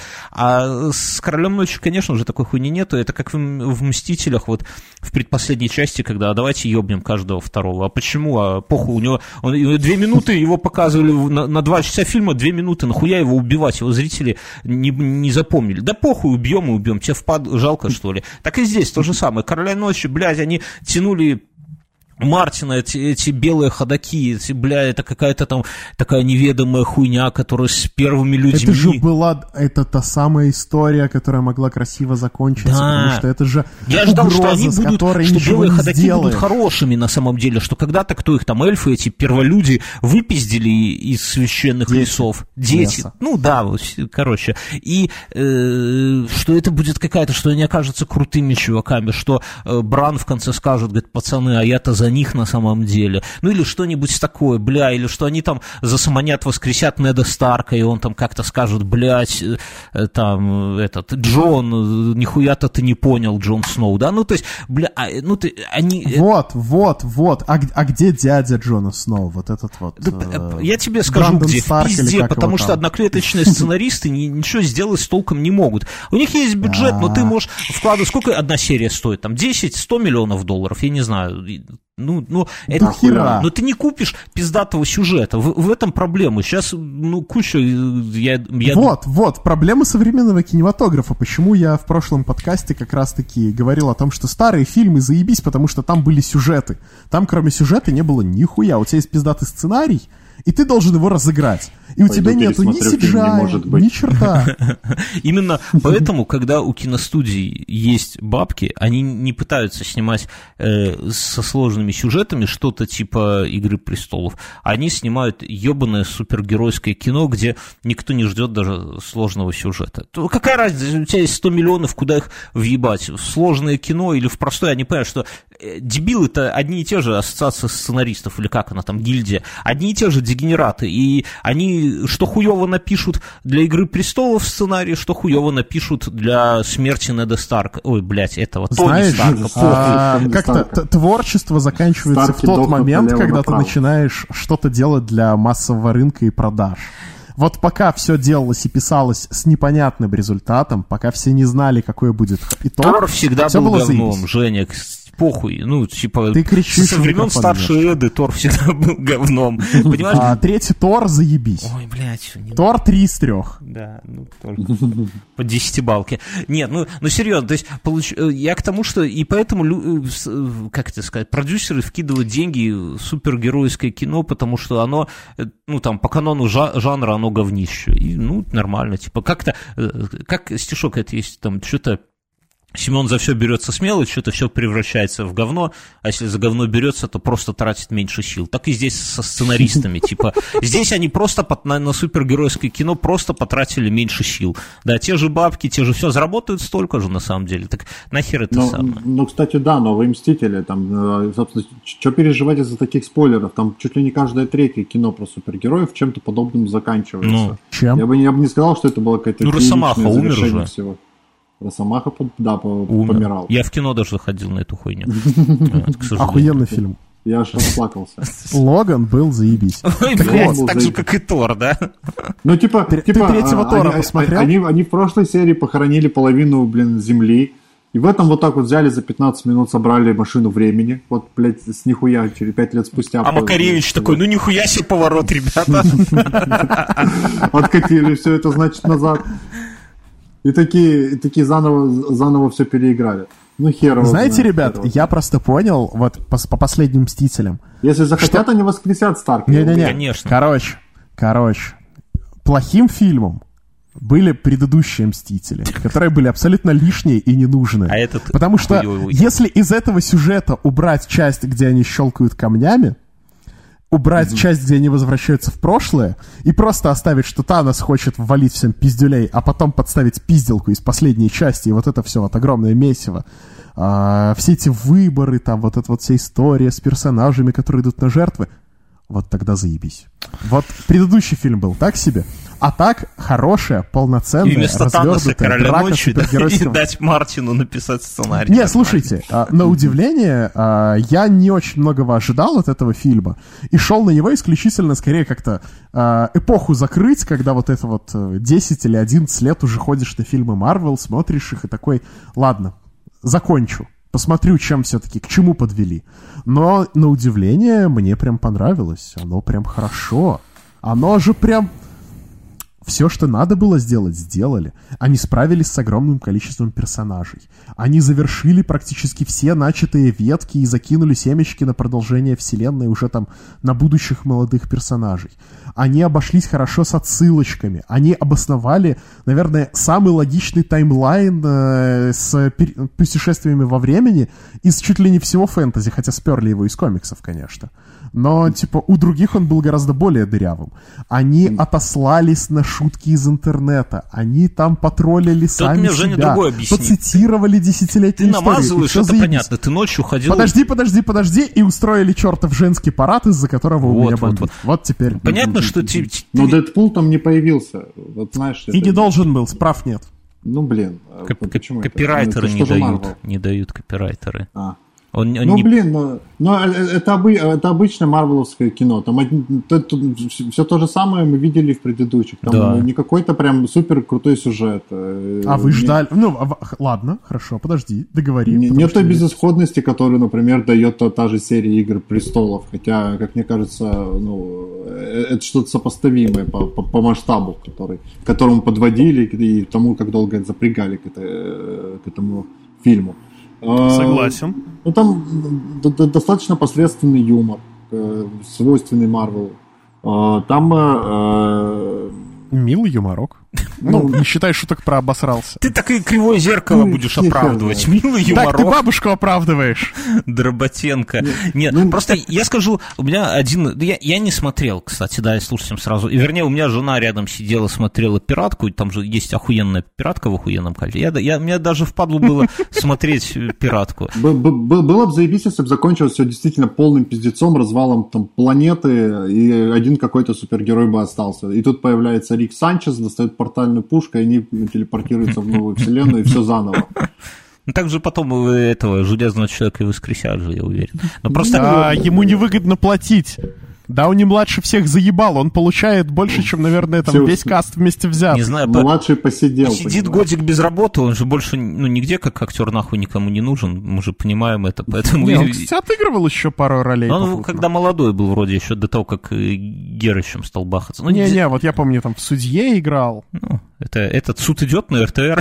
А с «Королем ночи», конечно же, такой хуйни нету. Это как в «Мстителях», вот в предпоследней части, когда давайте ёбнем каждого второго. А почему? А похуй, у него 2 минуты его показывали на 2 часа фильма, 2 минуты. Нахуя его убивать? Его зрители не запомнили. Да похуй, убьем и убьем. Тебе жалко, что ли? Так и здесь то же самое. «Короля ночи», блядь, они тянули Мартина, эти белые ходаки, это какая-то там такая неведомая хуйня, которая с первыми людьми... Это же была та самая история, которая могла красиво закончиться, да. Потому что это же я ждал, что они будут, что белые ходаки будут хорошими на самом деле, что когда-то кто их там, эльфы, эти перволюди, выпиздили из священных лесов. Дети. Короче. И что это будет какая-то, что они окажутся крутыми чуваками, что Бран в конце скажет, говорит, пацаны, а я-то за них на самом деле. Или что-нибудь такое, или что они там засаманят, воскресят Неда Старка, и он там как-то скажет, Джон, нихуя-то ты не понял, Джон Сноу, да? То есть, они... Вот. А где дядя Джона Сноу? Вот этот вот... Я тебе скажу, где. В пизде, потому что одноклеточные сценаристы ничего сделать с толком не могут. У них есть бюджет, но ты можешь вкладывать... Сколько одна серия стоит? Там 10-100 миллионов долларов, я не знаю... это хера. Но ты не купишь пиздатого сюжета. В этом проблема. Сейчас, куча... Вот, проблема современного кинематографа. Почему я в прошлом подкасте как раз-таки говорил о том, что старые фильмы заебись, потому что там были сюжеты. Там, кроме сюжета, не было нихуя. У тебя есть пиздатый сценарий, и ты должен его разыграть. И у тебя нету ни CGI, ни черта. Именно поэтому, когда у киностудий есть бабки, они не пытаются снимать со сложными сюжетами что-то типа «Игры престолов». Они снимают ебаное супергеройское кино, где никто не ждет даже сложного сюжета. То какая разница, у тебя есть 100 миллионов, куда их въебать? В сложное кино или в простое? Они понимают, что дебилы-то одни и те же, ассоциация сценаристов, или как она там, гильдия, одни и те же дегенераты, и они что хуёво напишут для «Игры престолов» сценарий, что хуёво напишут для «Смерти Неда Старка». Ой, блядь, этого Тони Старка. Как-то творчество заканчивается в тот момент, когда ты начинаешь что-то делать для массового рынка и продаж. Вот пока все делалось и писалось с непонятным результатом, пока все не знали, какой будет итог, Тор всегда был говном, заебись. Женя, похуй, ну, типа, ты кричишь, со времен старшей Эды Тор всегда был говном, понимаешь? А третий Тор заебись. Ой, блядь. Тор 3 из 3. Да, ну, тоже по 10-балке. Нет, ну, серьезно, то есть, я к тому, что, и поэтому, как это сказать, продюсеры вкидывают деньги в супергеройское кино, потому что оно, ну, там, по канону жанра, оно говнище, и, ну, нормально, типа, как-то, как стишок это есть, там, что-то, Семен за все берется смело, что-то все превращается в говно, а если за говно берется, то просто тратит меньше сил. Так и здесь со сценаристами. Типа, здесь они просто на супергеройское кино просто потратили меньше сил. Да, те же бабки, те же все, заработают столько же на самом деле. Так нахер это самое? Ну, кстати, да, «Новые Мстители», там, собственно, что переживать из-за таких спойлеров? Там чуть ли не каждое третье кино про супергероев чем-то подобным заканчивается. Ну, чем? Я бы не сказал, что это было какое-то Росомаха умер же. Всего. Росомаха, помирал. Я в кино даже ходил на эту хуйню. Охуенный фильм. Я аж расплакался. Логан был заебись. Ой, блядь, так же, как и Тор, да? Ну, типа... Ты третьего Тора посмотрел? Они в прошлой серии похоронили половину, Земли. И в этом вот так вот взяли за 15 минут, собрали машину времени. Вот, блядь, с нихуя, через 5 лет спустя. А Макаревич такой, ну нихуя себе поворот, ребята. Откатили все это, значит, назад. И такие заново все переиграли. Ну, хер. Знаете, ребят, я просто понял, вот по последним «Мстителям». Если захотят, они воскресят Старка. Не-не-не. Конечно. Короче. Плохим фильмом были предыдущие «Мстители», которые были абсолютно лишние и ненужные. А этот потому что если из этого сюжета убрать часть, где они щелкают камнями, убрать часть, где они возвращаются в прошлое, и просто оставить, что Танос хочет ввалить всем пиздюлей, а потом подставить пизделку из последней части, и вот это все вот огромное месиво. Все эти выборы, там вот эта вот вся история с персонажами, которые идут на жертвы, вот тогда заебись. Вот предыдущий фильм был так себе, а так хорошая, полноценная, и вместо Таноса «Короля ночи» и дать Мартину написать сценарий. Не, слушайте, на удивление, я не очень многого ожидал от этого фильма, и шел на него исключительно, скорее, как-то эпоху закрыть, когда вот это вот 10 или 11 лет уже ходишь на фильмы Marvel, смотришь их и такой, ладно, закончу. Посмотрю, чем все-таки, к чему подвели. Но, на удивление, мне прям понравилось. Оно прям хорошо. Оно же прям... Все, что надо было сделать, сделали. Они справились с огромным количеством персонажей. Они завершили практически все начатые ветки и закинули семечки на продолжение вселенной уже там на будущих молодых персонажей. Они обошлись хорошо с отсылочками. Они обосновали, наверное, самый логичный таймлайн с путешествиями во времени из чуть ли не всего фэнтези, хотя сперли его из комиксов, конечно. Но, типа, у других он был гораздо более дырявым. Они отослались на шутки из интернета. Они там потроллили сами мне Женя себя. Поцитировали десятилетние истории. Ты намазываешь, это понятно. Ты ночью ходил... Подожди, и устроили чертов женский парад, из-за которого у меня бомбит. Вот теперь. Понятно, что... Но Дэдпул там не появился. Вот знаешь... И не должен был, справ нет. Ну, блин. Копирайтеры не дают копирайтеры. Это обычное марвеловское кино. Там все то же самое мы видели в предыдущих. Там не какой-то прям супер крутой сюжет. Вы ждали... ладно, хорошо, подожди, договори. Нет той безысходности, которую, например, дает та же серия «Игр престолов». Хотя, как мне кажется, это что-то сопоставимое по масштабу, к которому подводили и тому, как долго запрягали к этому фильму. Согласен. Там достаточно посредственный юмор, свойственный Марвелу. Там... Милый юморок. Ну, не считай, что так прообосрался. Ты так и кривое зеркало будешь оправдывать. Милый юморок. Так, ты бабушку оправдываешь. Дроботенко. Нет, просто я скажу, у меня один... Я не смотрел, кстати, да, слушайте сразу. И, вернее, у меня жена рядом сидела, смотрела «Пиратку», и там же есть охуенная «Пиратка» в охуенном качестве. Мне даже впадло было смотреть «Пиратку». Было бы заебись, если бы закончилось все действительно полным пиздецом, развалом там планеты, и один какой-то супергерой бы остался. И тут появляется Рик Санчес, достает портальную пушку, и они телепортируются в новую вселенную, и все заново. Ну, так же потом этого Железного Человека и воскресят же, я уверен. Но просто... Да, ему невыгодно платить. Дауни-младший всех заебал, он получает больше, чем, наверное, там весь каст вместе взят. Не знаю, младший посидел. Сидит годик без работы, он же больше, нигде как актер нахуй никому не нужен, мы же понимаем это, поэтому... Не, он, кстати, отыгрывал еще пару ролей. Он когда молодой был вроде, еще до того, как Герычем стал бахаться. Не-не, вот я помню, там в «Судье» играл. Ну, этот суд идет на РТР.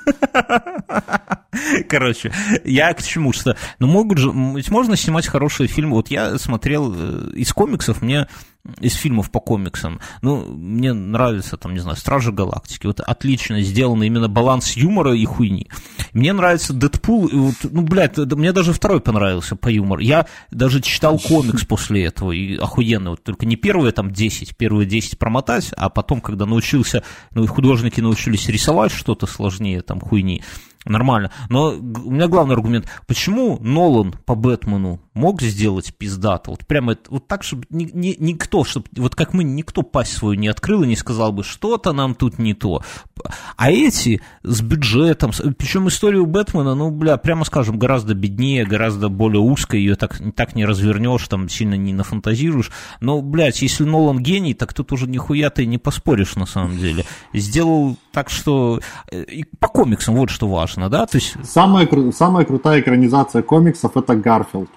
Короче, я к чему, что... Ну, можно снимать хорошие фильмы. Вот я смотрел из комиксов, из фильмов по комиксам, мне нравится, там, не знаю, «Стражи Галактики». Вот отлично сделано именно баланс юмора и хуйни. Мне нравится «Дэдпул». Мне даже второй понравился по юмору. Я даже читал комикс после этого, и охуенно. Вот только не первые 10 промотать, а потом, когда научился, художники научились рисовать что-то сложнее, там, хуйни, нормально. Но у меня главный аргумент, почему Нолан по Бэтмену мог сделать пиздато? Вот прямо вот так, чтобы никто, вот как мы, никто пасть свою не открыл и не сказал бы, что-то нам тут не то. А эти с бюджетом, причем историю Бэтмена, прямо скажем, гораздо беднее, гораздо более узкая, ее так не развернешь, там сильно не нафантазируешь. Но, если Нолан гений, так тут уже нихуя ты не поспоришь на самом деле. Сделал так, что... И по комиксам вот что важно, да? То есть... Самая крутая экранизация комиксов — это Гарфилд.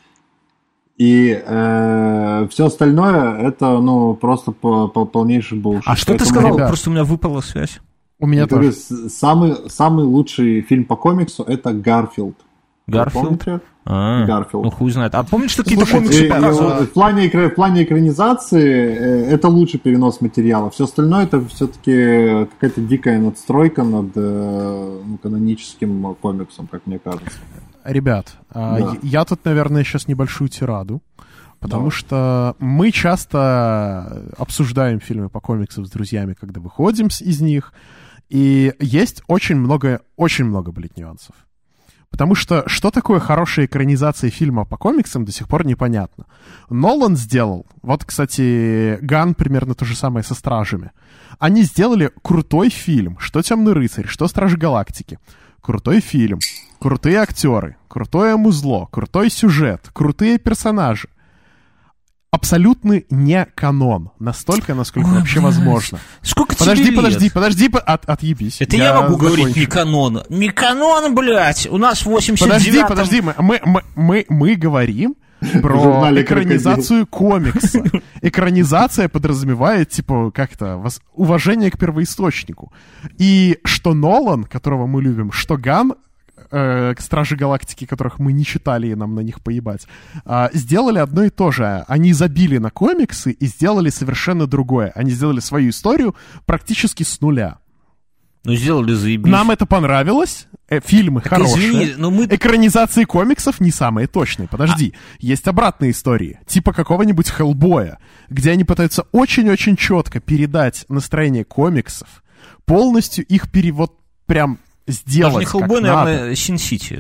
И все остальное — это, просто полнейший bullshit. А что ты сказал? Ребят, просто у меня выпала связь. У меня тоже. Самый лучший фильм по комиксу — это Гарфилд. Гарфилд? Гарфилд. Ну, хуй знает. А помнишь, что какие-то комиксы показывают? В плане экранизации это лучший перенос материала. Все остальное — это все-таки какая-то дикая надстройка над каноническим комиксом, как мне кажется. Ребят, я тут, наверное, сейчас небольшую тираду, потому что мы часто обсуждаем фильмы по комиксам с друзьями, когда выходим из них, и есть очень много нюансов. Потому что такое хорошая экранизация фильма по комиксам, до сих пор непонятно. Нолан сделал, вот, кстати, Ганн примерно то же самое со «Стражами». Они сделали крутой фильм, что «Темный рыцарь», что «Стражи Галактики». Крутой фильм, крутые актеры, крутое музло, крутой сюжет, крутые персонажи. Абсолютно не канон. Настолько, насколько вообще возможно. Сколько тебе лет? Подожди, отъебись. Это я могу говорить не канон. Не канон, блядь! У нас 89-м... Подожди, мы говорим про экранизацию комикса. Экранизация подразумевает, уважение к первоисточнику. И что Нолан, которого мы любим, что Ганн, «Стражи Галактики», которых мы не читали, и нам на них поебать, сделали одно и то же. Они забили на комиксы и сделали совершенно другое. Они сделали свою историю практически с нуля. Сделали заебись. Нам это понравилось. Фильмы так хорошие. Извини, экранизации комиксов не самые точные. Подожди. Есть обратные истории. Типа какого-нибудь Хеллбоя, где они пытаются очень-очень четко передать настроение комиксов, полностью их перевод прям сделать. Даже не Хеллбой, наверное, Син-Сити.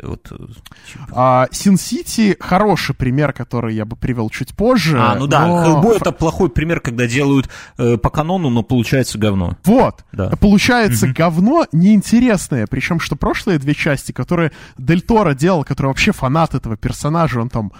Син-Сити хороший пример, который я бы привел чуть позже. Хеллбой — это плохой пример, когда делают по канону, но получается говно. Вот. Да. Получается говно неинтересное. Причем, что прошлые две части, которые Дель Торо делал, который вообще фанат этого персонажа, он там...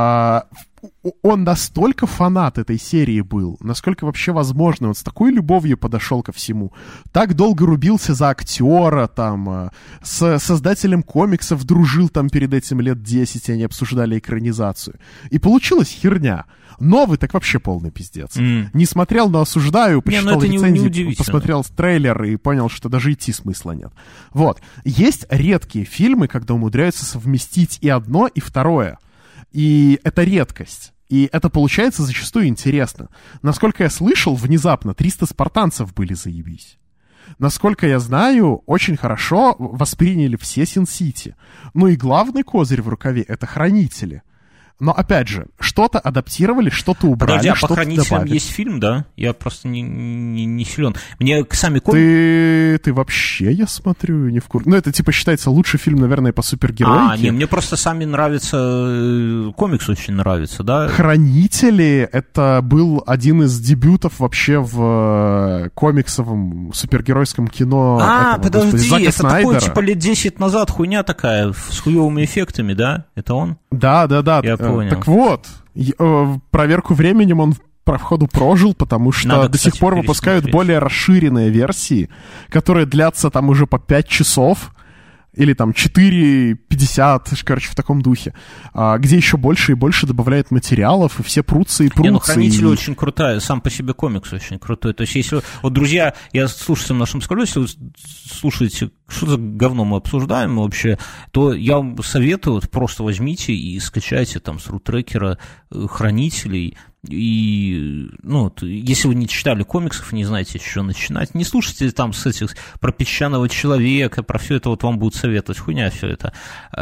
Он настолько фанат этой серии был, насколько вообще возможно, он с такой любовью подошел ко всему, так долго рубился за актера, там, с создателем комиксов дружил там перед этим лет 10, они обсуждали экранизацию. И получилась херня. Новый так вообще полный пиздец. Не смотрел, но осуждаю, почитал рецензии, посмотрел трейлер и понял, что даже идти смысла нет. Вот. Есть редкие фильмы, когда умудряются совместить и одно, и второе. И это редкость. И это получается зачастую интересно. Насколько я слышал, внезапно 300 спартанцев были заебись. Насколько я знаю, очень хорошо восприняли все Син-Сити. Ну и главный козырь в рукаве — это Хранители. Но, опять же, что-то адаптировали, что-то убрали, подожди, что-то добавили. по Хранителям есть фильм, да? Я просто не силен. Мне сами комиксы... Ты вообще, я смотрю, не в курсе. Ну, это, типа, считается лучший фильм, наверное, по супергероике. Не, мне просто сами нравится... Комикс очень нравится, да? «Хранители» — это был один из дебютов вообще в комиксовом супергеройском кино. Подожди, Зака это Снайдера. такое, типа, лет 10 назад хуйня такая, с хуевыми эффектами, да? Это он? Да. Я понял. Так вот, проверку временем он походу прожил, потому что Надо, до сих пор выпускают более расширенные версии, которые длятся там уже по 5 часов, или там 4:50, короче, в таком духе, где еще больше и больше добавляют материалов, и все прутся и прутся. «Хранители» очень крутая, сам по себе комикс очень крутой. То есть, если... Вот, друзья, я слушаю нашим скажу, если вы слушаете, что за говно мы обсуждаем вообще, то я вам советую, вот, просто возьмите и скачайте там с рутрекера «Хранителей». И, ну, если вы не читали комиксов и не знаете, с чего начинать, не слушайте там с этих про песчаного человека, про все это вот вам будут советовать, хуйня все это,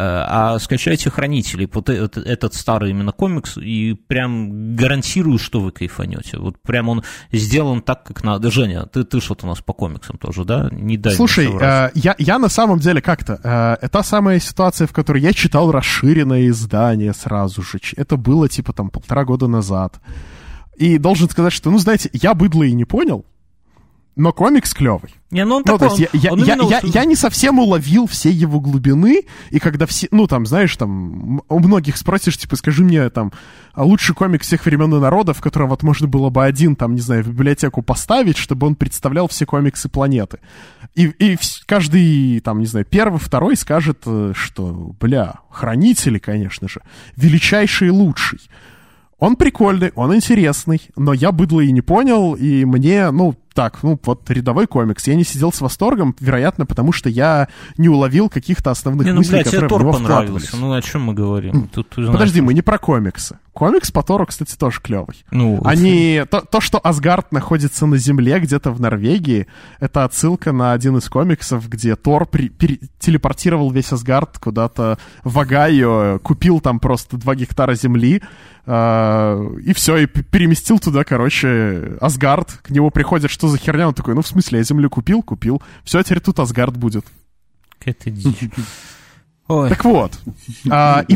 а скачайте «Хранителей», вот этот старый именно комикс, и прям гарантирую, что вы кайфанете. Вот прям он сделан так, как надо. Женя, ты ж вот у нас по комиксам тоже, да? Не дай. Слушай, я на самом деле как-то, это самая ситуация, в которой я читал расширенное издание сразу же, это было типа там 1,5 года назад. И должен сказать, что, ну, знаете, я быдло и не понял, но комикс клевый. Не, ну он такой, то есть я не совсем уловил всей его глубины, и когда все, ну, там, знаешь, там, у многих спросишь, типа, скажи мне, там, лучший комикс всех времен и народов, который вот можно было бы один, там, не знаю, в библиотеку поставить, чтобы он представлял все комиксы планеты. И каждый, там, не знаю, первый, второй скажет, что, «Хранители», конечно же, величайший и лучший. Он прикольный, он интересный, но я быдло и не понял, и мне, вот рядовой комикс. Я не сидел с восторгом, вероятно, потому что я не уловил каких-то основных мыслей, которые в него вкладывались. Ну, о чем мы говорим? Подожди, мы не про комиксы. Комикс по Тору, кстати, тоже клевый. То, что Асгард находится на земле, где-то в Норвегии, это отсылка на один из комиксов, где Тор телепортировал весь Асгард куда-то в Огайо, купил там просто 2 гектара земли, и все, и переместил туда, короче, Асгард. К нему приходит, что за херня? Он такой, в смысле, я землю купил. Все, теперь тут Асгард будет. Какая-то дичь. Ой. Так вот, и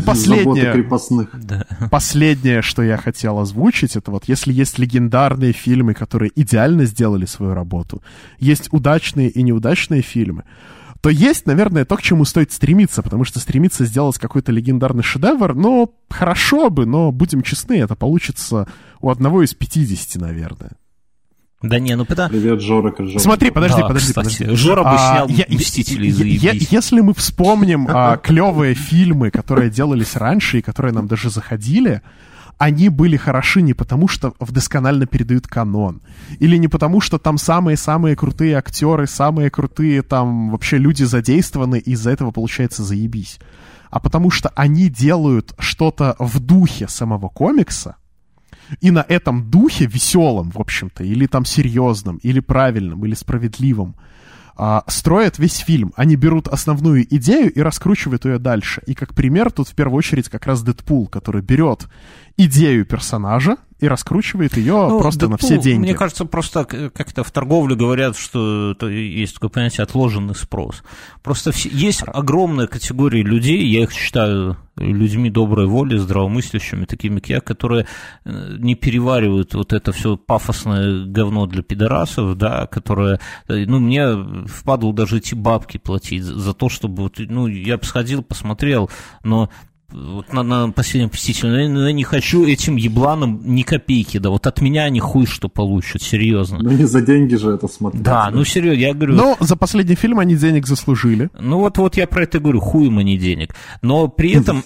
последнее, что я хотел озвучить, это вот, если есть легендарные фильмы, которые идеально сделали свою работу, есть удачные и неудачные фильмы, то есть, наверное, то, к чему стоит стремиться, потому что стремиться сделать какой-то легендарный шедевр, хорошо бы, но, будем честны, это получится у одного из 50, наверное. Да не, Привет, Жора. Подожди. Жора бы снял «Мстителей», заебись. Если мы вспомним клевые фильмы, которые делались раньше и которые нам даже заходили, они были хороши не потому, что досконально передают канон, или не потому, что там самые-самые крутые актеры, самые крутые там вообще люди задействованы, и из-за этого получается заебись, а потому что они делают что-то в духе самого комикса, и на этом духе веселом, в общем-то, или там серьезном, или правильном, или справедливом, строят весь фильм. Они берут основную идею и раскручивают ее дальше. И как пример тут в первую очередь как раз Дэдпул, который берет идею персонажа и раскручивает ее просто Дэдпул, на все деньги. Мне кажется, просто как-то в торговле говорят, что есть такое понятие «отложенный спрос». Просто есть огромная категория людей, я их считаю людьми доброй воли, здравомыслящими, такими как я, которые не переваривают вот это все пафосное говно для пидорасов, да, которое, мне впадло даже эти бабки платить за то, чтобы, я бы сходил, посмотрел, но вот на последнем «Мстителе», я не хочу этим ебланам ни копейки, да, вот от меня они хуй что получат, серьезно. Не за деньги же это смотреть. Да, серьезно, я говорю... Но за последний фильм они денег заслужили. Вот я про это говорю, хуем они денег. Но при этом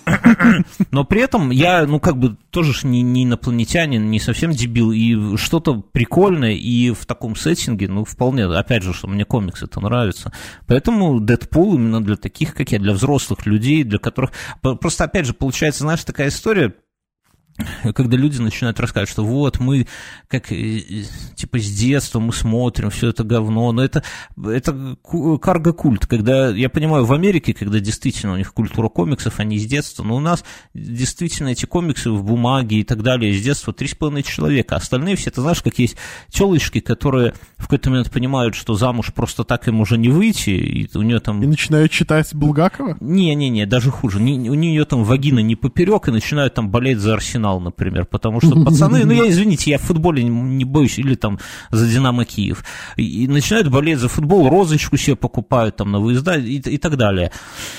я, тоже ж не инопланетянин, не совсем дебил, и что-то прикольное, и в таком сеттинге, вполне, опять же, что мне комиксы это нравится. Поэтому Дэдпул именно для таких, как я, для взрослых людей, для которых... Просто, опять же, получается, знаешь, такая история, когда люди начинают рассказывать, что вот мы, как, типа, с детства мы смотрим все это говно, но это карго-культ, когда, я понимаю, в Америке, когда действительно у них культура комиксов, они с детства, но у нас действительно эти комиксы в бумаге и так далее с детства 3,5 человека, а остальные все, ты знаешь, как есть телочки, которые в какой-то момент понимают, что замуж просто так им уже не выйти, и у нее там... И начинают читать Булгакова? Не, даже хуже, у нее там вагина не поперек, и начинают там болеть за Арсенал, например, потому что пацаны, извините, я в футболе не боюсь, или там за Динамо Киев, и начинают болеть за футбол, розочку себе покупают там на выезда и так далее.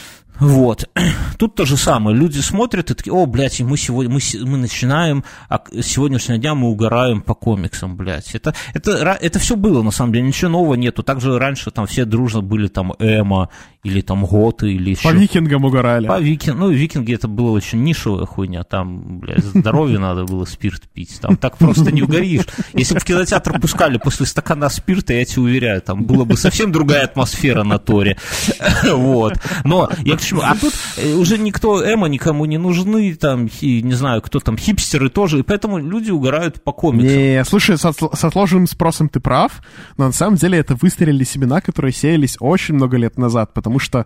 Вот. Тут то же самое. Люди смотрят и такие, о, блядь, мы начинаем, а с сегодняшнего дня мы угораем по комиксам, блядь. Это все было, на самом деле, ничего нового нету. Также раньше там все дружно были там эмо, или там готы, или еще... По викингам угорали. Викинги это была очень нишевая хуйня. Там, блядь, здоровье надо было спирт пить. Там так просто не угоришь. Если бы в кинотеатр пускали после стакана спирта, я тебе уверяю, там была бы совсем другая атмосфера на Торе. Вот. Но я к чему? А тут уже никто, эмо никому не нужны, там, не знаю, кто там, хипстеры тоже, и поэтому люди угорают по комиксам. Не, слушай, с отложенным спросом ты прав, но на самом деле это выстрелили семена, которые сеялись очень много лет назад, потому что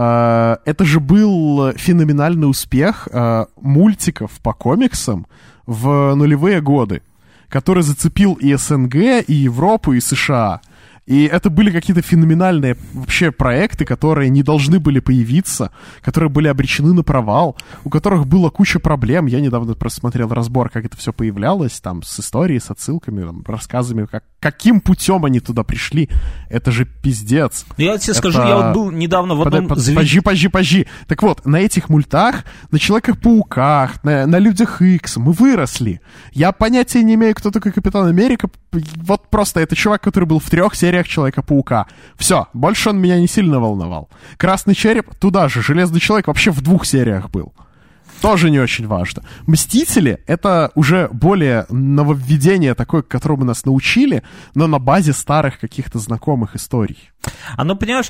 это же был феноменальный успех мультиков по комиксам в нулевые годы, который зацепил и СНГ, и Европу, и США. И это были какие-то феноменальные вообще проекты, которые не должны были появиться, которые были обречены на провал, у которых была куча проблем. Я недавно просто смотрел разбор, как это все появлялось, там, с историей, с отсылками, там, рассказами, каким путем они туда пришли. Это же пиздец. Я тебе скажу, я вот был недавно в одном... Подожди. Так вот, на этих мультах, на Человеках-пауках, на Людях Икс мы выросли. Я понятия не имею, кто такой Капитан Америка. Вот просто это чувак, который был в 3 сериях Человека-паука. Все, больше он меня не сильно волновал. Красный череп туда же, Железный человек вообще в 2 сериях был. Тоже не очень важно. Мстители — это уже более нововведение такое, к которому нас научили, но на базе старых каких-то знакомых историй. Оно, понимаешь,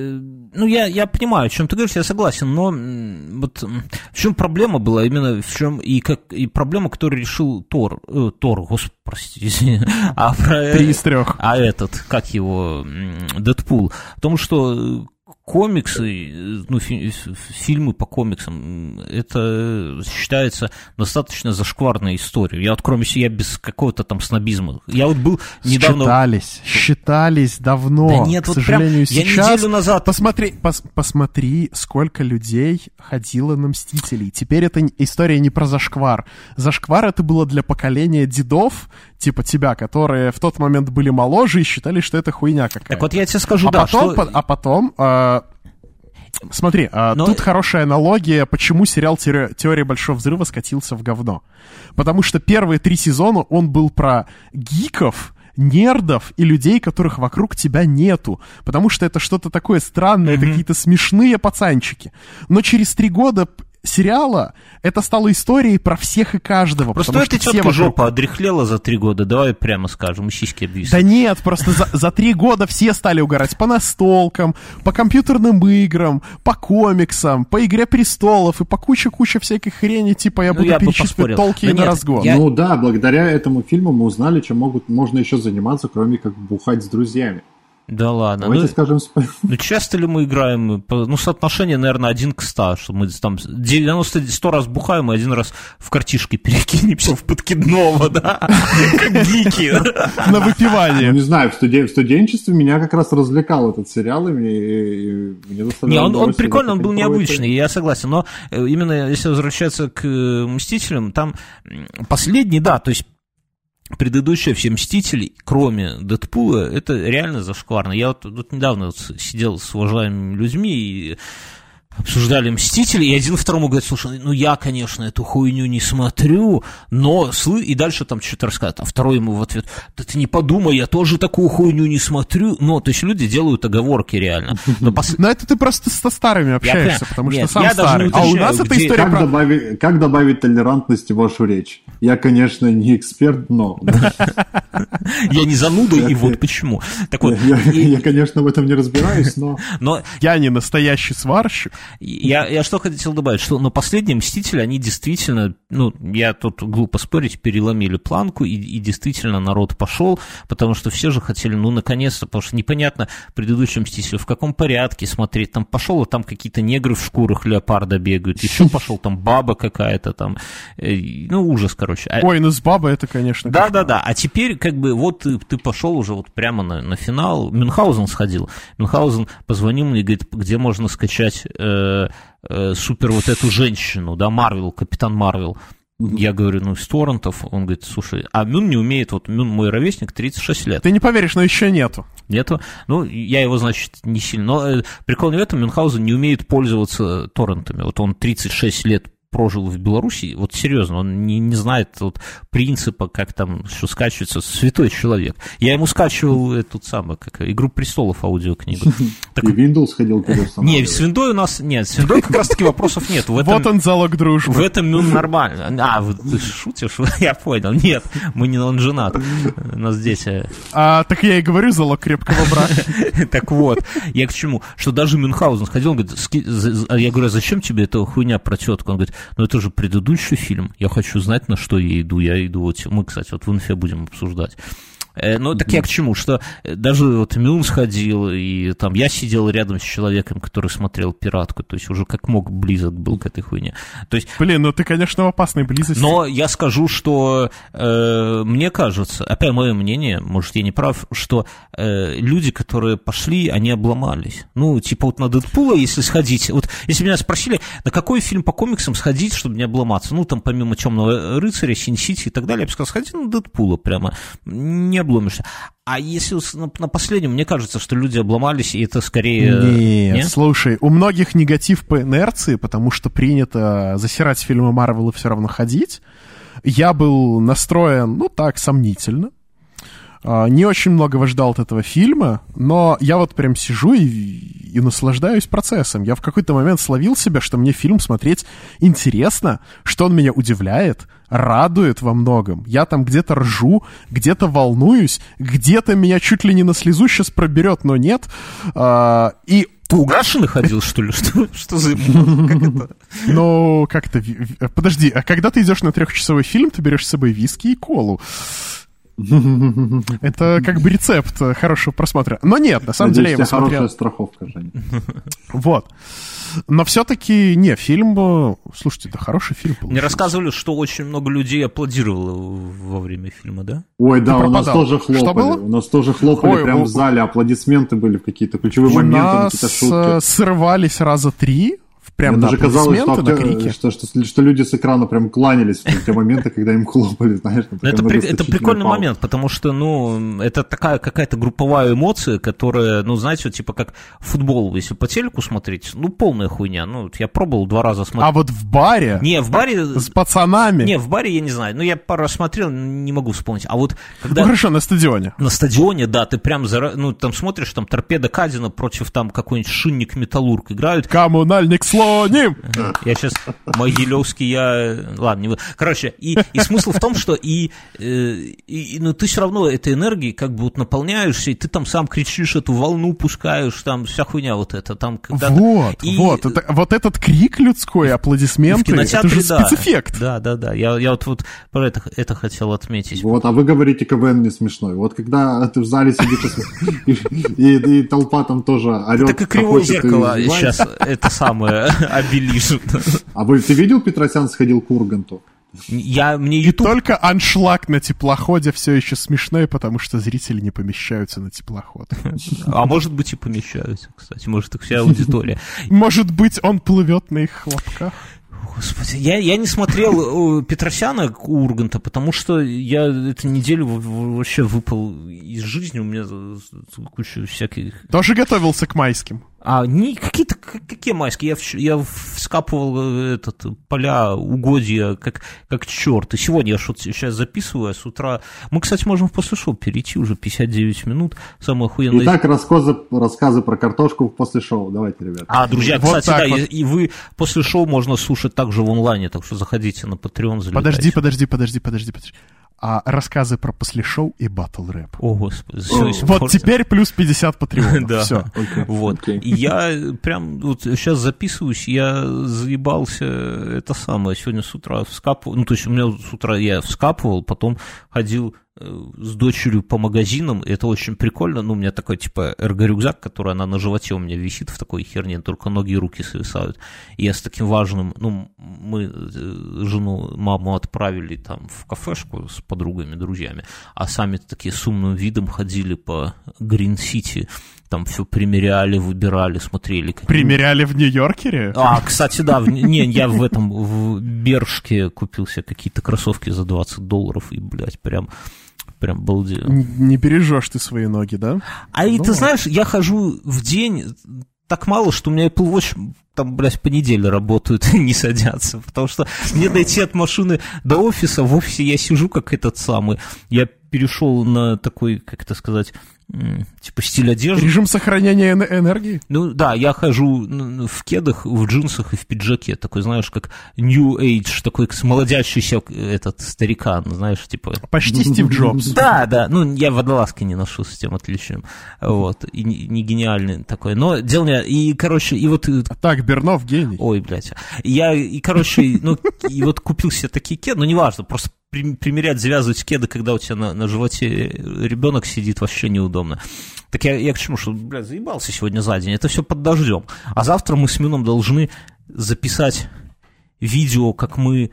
я понимаю, о чем ты говоришь, я согласен, но вот в чем проблема была, именно в чем и проблема, которую решил Тор, господи, простите, 3 из 3. А этот, как его, Дэдпул, в том, что комиксы, фильмы по комиксам, это считается достаточно зашкварной историей. Я вот кроме себя без какого-то там снобизма. Я вот был недавно... Считались давно. Да нет, к вот сожалению, прям, сейчас... я неделю назад... Посмотри, сколько людей ходило на Мстителей. Теперь это история не про зашквар. Зашквар это было для поколения дедов, типа тебя, которые в тот момент были моложе и считали, что это хуйня какая-то. Так вот я тебе скажу, потом смотри, тут хорошая аналогия, почему сериал «Теория Большого Взрыва» скатился в говно. Потому что первые 3 сезона он был про гиков, нердов и людей, которых вокруг тебя нету. Потому что это что-то такое странное, это какие-то смешные пацанчики. Но через 3 года сериала это стало историей про всех и каждого. Просто эта тетка жопа одряхлела за 3 года, давай прямо скажем, и сиськи обвисли. Да нет, просто за 3 года все стали угорать по настолкам, по компьютерным играм, по комиксам, по Игре Престолов и по куче всякой хрени, типа я буду перечислять Толкина на разгон. Ну да, благодаря этому фильму мы узнали, чем можно еще заниматься, кроме как бухать с друзьями. Да ладно. Давайте скажем... часто ли мы играем? Соотношение, наверное, 1:100, что мы там 100 раз бухаем и 1 раз в картишки перекинемся в подкидного, да? Как гики. На выпивание. Не знаю, в студенчестве меня как раз развлекал этот сериал, и мне доставляло... Не, он прикольный, он был необычный, я согласен, но именно если возвращаться к «Мстителям», там последний, да, то есть предыдущие все «Мстители», кроме Дэдпула, это реально зашкварно. Я вот недавно сидел с уважаемыми людьми и обсуждали «Мстители», и один второму говорит: слушай, я, конечно, эту хуйню не смотрю, но... И дальше там что-то рассказывает, а второй ему в ответ: да ты не подумай, я тоже такую хуйню не смотрю. То есть люди делают оговорки реально. Но это ты просто со старыми общаешься, потому что сам старый. А у нас эта история про... Как добавить толерантности в вашу речь? Я, конечно, не эксперт, но... Я не зануда, и вот почему. Я, конечно, в этом не разбираюсь, но... Я не настоящий сварщик. Я что хотел добавить, что на последние «Мстители», они действительно, ну, я тут глупо спорить, переломили планку, и действительно народ пошел, потому что все же хотели, ну, наконец-то, потому что непонятно предыдущий «Мститель» в каком порядке смотреть, там пошел, а там какие-то негры в шкурах леопарда бегают, еще пошел там баба какая-то там, ну, ужас, короче. Ой, ну с бабой это, конечно. Да, а теперь, как бы, вот ты пошел уже вот прямо на финал, Мюнхгаузен сходил, Мюнхгаузен позвонил мне и говорит, где можно скачать супер вот эту женщину, да, Марвел, Капитан Марвел. Я говорю, ну, из торрентов. Он говорит, слушай, а Мюн не умеет, вот Мюн мой ровесник, 36 лет. Ты не поверишь, но еще нету. Нету? Ну, я его, значит, не сильно. Но прикол не в этом, Мюнхгаузен не умеет пользоваться торрентами. Вот он 36 лет прожил в Беларуси, вот серьезно, он не знает вот принципа, как там, что скачивается, святой человек. Я ему скачивал эту самую, как «Игру престолов» аудиокнигу. И Windows ходил переустанавливать. Не, с Виндой у нас нет, с Виндой как раз-таки вопросов нет. Вот он залог дружбы. В этом Мюн нормально. А, ты шутишь? Я понял. Нет, он женат. У нас дети. Так я и говорю, залог крепкого брака. Так вот, я к чему? Что даже Мюнхгаузен сходил, он говорит, я говорю, а зачем тебе эта хуйня про тетку? Он говорит, ну это же предыдущий фильм, я хочу знать, на что я иду вот, мы, кстати, вот в инфе будем обсуждать. Ну, так я к чему, что даже вот Мюн сходил, и там я сидел рядом с человеком, который смотрел «Пиратку», то есть уже как мог близок был к этой хуйне. То есть, блин, ну ты, конечно, в опасной близости. Но я скажу, что мне кажется, опять мое мнение, может, я не прав, что люди, которые пошли, они обломались. Ну, типа вот на «Дэдпула», если сходить, вот если меня спросили, на какой фильм по комиксам сходить, чтобы не обломаться, ну, там помимо «Темного рыцаря», «Син-Сити» и так далее, я бы сказал, сходи на «Дэдпула» прямо, не обломишься. А если на последнем, мне кажется, что люди обломались, и это скорее... Нет, слушай, у многих негатив по инерции, потому что принято засирать фильмы Марвел и все равно ходить. Я был настроен, ну так, сомнительно. Не очень многого ждал от этого фильма, но я вот прям сижу и наслаждаюсь процессом. Я в какой-то момент словил себя, что мне фильм смотреть интересно, что он меня удивляет, радует во многом. Я там где-то ржу, где-то волнуюсь, где-то меня чуть ли не на слезу сейчас проберет, но нет. И ты угашенный ходил, что ли? Что за... Как это? Ну, как-то... Подожди, а когда ты идешь на 3-часовой фильм, ты берешь с собой виски и колу. Это как бы рецепт хорошего просмотра. Но нет, на самом деле я его смотрел. Хорошая страховка, Жень. Вот. Но все-таки, не, фильм... Слушайте, да хороший фильм получился. Мне рассказывали, что очень много людей аплодировало во время фильма, да? Ой, да, у нас тоже хлопали. У нас тоже хлопали прямо в зале, аплодисменты были в какие-то ключевые моменты, какие-то шутки. У нас срывались раза 3. Прям мне на даже казалось, крики. что люди с экрана прям кланялись в те моменты, когда им хлопали, знаешь. Это прикольный момент, потому что, ну, это такая какая-то групповая эмоция, которая, ну, знаете, вот, типа как футбол, если по телеку смотреть, ну, полная хуйня. Ну, я пробовал 2 раза смотреть. А вот в баре? Не, в баре... С пацанами? Не, в баре я не знаю. Ну, я пару раз смотрел, не могу вспомнить. А вот когда... Ну, хорошо, на стадионе. На стадионе, да, ты прям, ну, там смотришь, там Торпедо Кадина против там какой-нибудь Шинник Металлург играют. Коммунальник слоним! Я сейчас Могилевский, ладно, не буду. Короче, и смысл в том, что ну, ты все равно этой энергией как бы вот наполняешься, и ты там сам кричишь, эту волну пускаешь, там вся хуйня вот эта. Там, вот этот крик людской, аплодисменты, это же спецэффект. Да. Я вот про это хотел отметить. Вот, а вы говорите, КВН не смешной. Вот когда ты в зале сидишь, и толпа там тоже орет. Так и «Кривое зеркало» сейчас это самое обелишит. А ты видел, Петросян сходил к Урганту? Мне YouTube... Только аншлаг на теплоходе все еще смешной, потому что зрители не помещаются на теплоход. А может быть и помещаются, кстати. Может, их вся аудитория. Может быть, он плывет на их хлопках. Господи, я не смотрел Петросяна Урганта, потому что я эту неделю вообще выпал из жизни, у меня куча всяких... Тоже готовился к майским? Какие майские? Я вскапывал поля, угодья, как черт. И сегодня я что-то сейчас записываю, а с утра... Мы, кстати, можем в после шоу перейти, уже 59 минут. Самое охуенное... Итак, рассказы про картошку в после шоу. Давайте, ребята. Друзья, вот кстати, да, вот. И вы после шоу можно слушать также в онлайне, так что заходите на Patreon, залетайте. Подожди. а рассказы про после-шоу и батл-рэп. О, господи. Вот теперь плюс 50 патреонов. Да. Все. Вот. И я прям вот сейчас записываюсь, я заебался это самое. Сегодня с утра вскапывал. Ну, то есть у меня с утра я вскапывал, потом ходил с дочерью по магазинам, и это очень прикольно. Ну, у меня такой, типа, эрго-рюкзак, который она на животе у меня висит в такой херне, только ноги и руки свисают. И я с таким важным, ну, мы жену, маму отправили там в кафешку с подругами, друзьями, а сами такие с умным видом ходили по Грин-Сити, там все примеряли, выбирали, смотрели. Примеряли в Нью-Йоркере? А, кстати, да, я в Бершке купил себе какие-то кроссовки за $20, и, блядь, прям балдею. Не бережешь ты свои ноги, да? Ты знаешь, я хожу в день так мало, что у меня Apple Watch там, блядь, по неделе работают и не садятся, потому что мне дойти от машины до офиса, в офисе я сижу как этот самый, я перешел на такой, как это сказать, типа стиль одежды. Режим сохранения энергии? Ну да, я хожу в кедах, в джинсах и в пиджаке, такой, знаешь, как New Age, такой молодящийся этот старикан, знаешь, типа... Почти Стив Джобс. Да, ну я водолазки не ношу с тем отличием, вот, и не гениальный такой, но дело не... И, короче, и вот... Так, Бернов гений. Ой, блядь. Короче, ну, и вот купил себе такие кеды, ну, неважно, просто примерять, завязывать кеды, когда у тебя на животе ребенок сидит, вообще неудобно. Так я к чему, что, блядь, заебался сегодня за день, это все под дождем. А завтра мы с Мином должны записать видео, как мы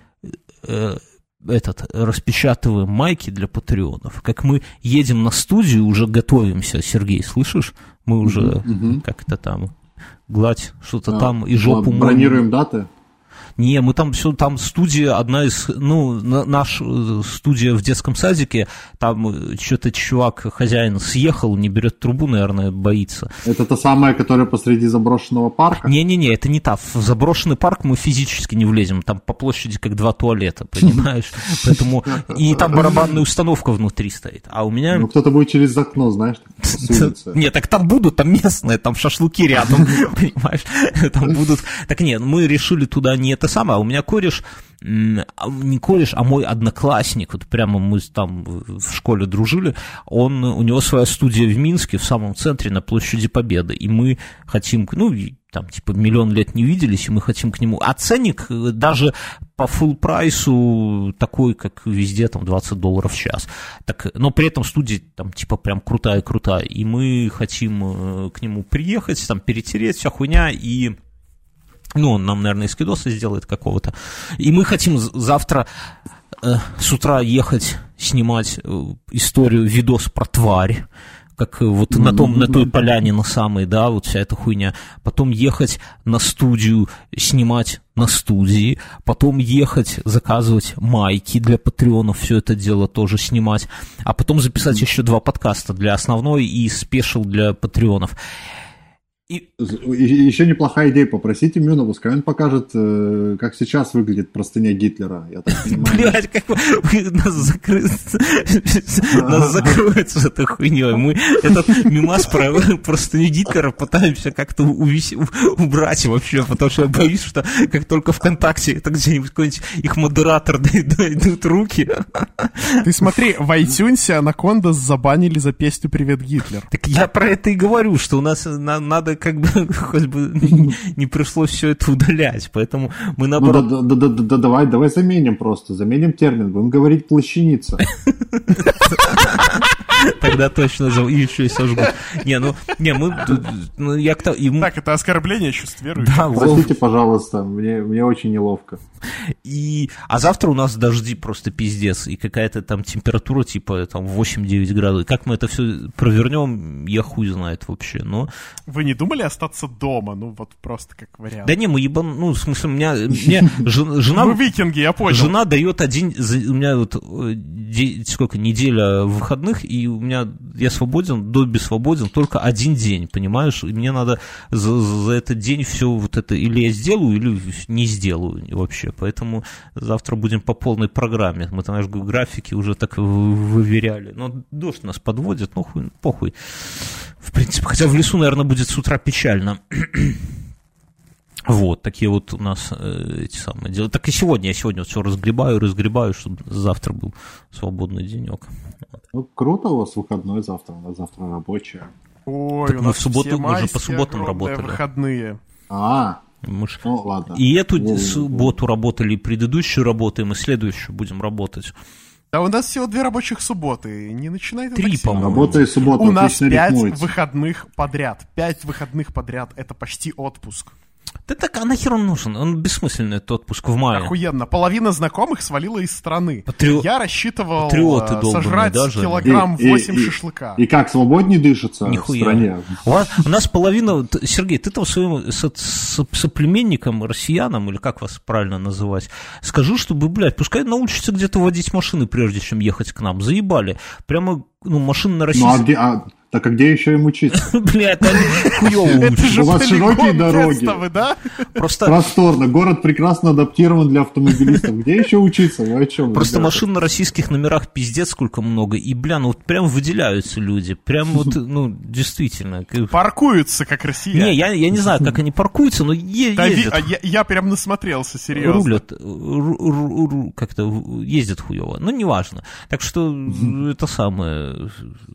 распечатываем майки для патреонов, как мы едем на студию, уже готовимся, Сергей, слышишь? Мы уже как-то там гладь, что-то там, и жопу моем. Бронируем даты? Не, мы там все, там студия, одна из, ну, наша студия в детском садике, там что-то чувак, хозяин, съехал, не берет трубу, наверное, боится. Это та самая, которая посреди заброшенного парка? Не-не-не, это не та. В заброшенный парк мы физически не влезем, там по площади как 2 туалета, понимаешь? Поэтому, и там барабанная установка внутри стоит, а у меня... Ну, кто-то будет через окно, знаешь, нет, так там будут, там местные, там шашлыки рядом, понимаешь? Там будут... Так нет, мы решили туда не это самое, а у меня кореш, не кореш, а мой одноклассник, вот прямо мы там в школе дружили, у него своя студия в Минске, в самом центре, на площади Победы, и мы хотим, ну, там, типа, 1 000 000 лет не виделись, и мы хотим к нему, а ценник даже по full прайсу такой, как везде, там, $20 в час, так, но при этом студия, там, типа, прям крутая, и мы хотим к нему приехать, там, перетереть, вся хуйня, и... Ну, он нам, наверное, эскидоса сделает какого-то. И мы хотим завтра с утра ехать снимать историю, видос про тварь, как вот на той поляне на самой, да, вот вся эта хуйня. Потом ехать на студию, снимать на студии. Потом ехать, заказывать майки для патреонов, все это дело тоже снимать. А потом записать еще 2 подкаста для основной и спешл для патреонов. И еще неплохая идея, попросите Мюна, пускай он покажет, как сейчас выглядит простыня Гитлера, я так понимаю. Блядь, как нас закроют с этой хуйней. Мы этот мимас про простыню Гитлера пытаемся как-то убрать вообще, потому что я боюсь, что как только ВКонтакте это где-нибудь какой-нибудь их модератор дойдут руки. Ты смотри, в iTunes Анаконда забанили за песню «Привет, Гитлер». Так я про это и говорю, что у нас надо как бы хоть бы не пришлось все это удалять, поэтому мы наоборот... Давай заменим термин, будем говорить «плащаница». Тогда точно еще и сожгут. Так, это оскорбление чувствующих. Да, простите, пожалуйста, мне очень неловко. А завтра у нас дожди просто пиздец, и какая-то там температура типа там 8-9 градусов. Как мы это все провернем, я хуй знает вообще, но... Вы не думали остаться дома? Ну, вот просто как вариант. Да не, мы ну, в смысле, мне жена... Вы викинги, я понял. Жена дает у меня вот неделя выходных, и у меня я свободен, Добби свободен только 1 день, понимаешь? И мне надо за этот день все вот это или я сделаю, или не сделаю вообще. Поэтому завтра будем по полной программе. Мы там, знаешь, графики уже так выверяли. Но дождь нас подводит, ну хуй, похуй. В принципе, хотя в лесу, наверное, будет с утра печально. Вот, такие вот у нас эти самые дела. Так и сегодня, я сегодня все разгребаю, чтобы завтра был свободный денек. Ну, круто, у вас выходной завтра, у нас завтра рабочая. Ой, так у мы нас в субботу, все мы же по майские субботам огромные работали. Выходные. Ну, ладно. И эту субботу работали, и предыдущую работаем, и следующую будем работать. Да у нас всего 2 рабочих субботы, не начинай. 3, по-моему. Работа и суббота У нас 5 рифмуется. выходных подряд. 5 выходных подряд, это почти отпуск. Да так, а нахер он нужен? Он бессмысленный, этот отпуск в мае. Охуенно. Половина знакомых свалила из страны. Я рассчитывал Патриоты долбаные, сожрать даже. килограмм 8 шашлыка. И как, свободнее дышится Нихуя. в стране? У нас половина... Сергей, ты там своим соплеменникам, россиянам, или как вас правильно называть, скажи, чтобы, блядь, пускай научатся где-то водить машины, прежде чем ехать к нам. Заебали. Прямо, машины на России... Так а где еще им учиться? Блядь, они хуёво учат. У вас широкие дороги. Да? Просто... Просторно. Город прекрасно адаптирован для автомобилистов. Где еще учиться? Вы о чем? Просто ребята? машин на российских номерах пиздец сколько много. И, бля, вот прям выделяются люди. Прям вот, действительно. Паркуются, как россияне. Не, я не знаю, как они паркуются, но ездят. Я прям насмотрелся, серьезно. Рулят, как-то ездят хуёво. Ну, неважно. Так что это самое...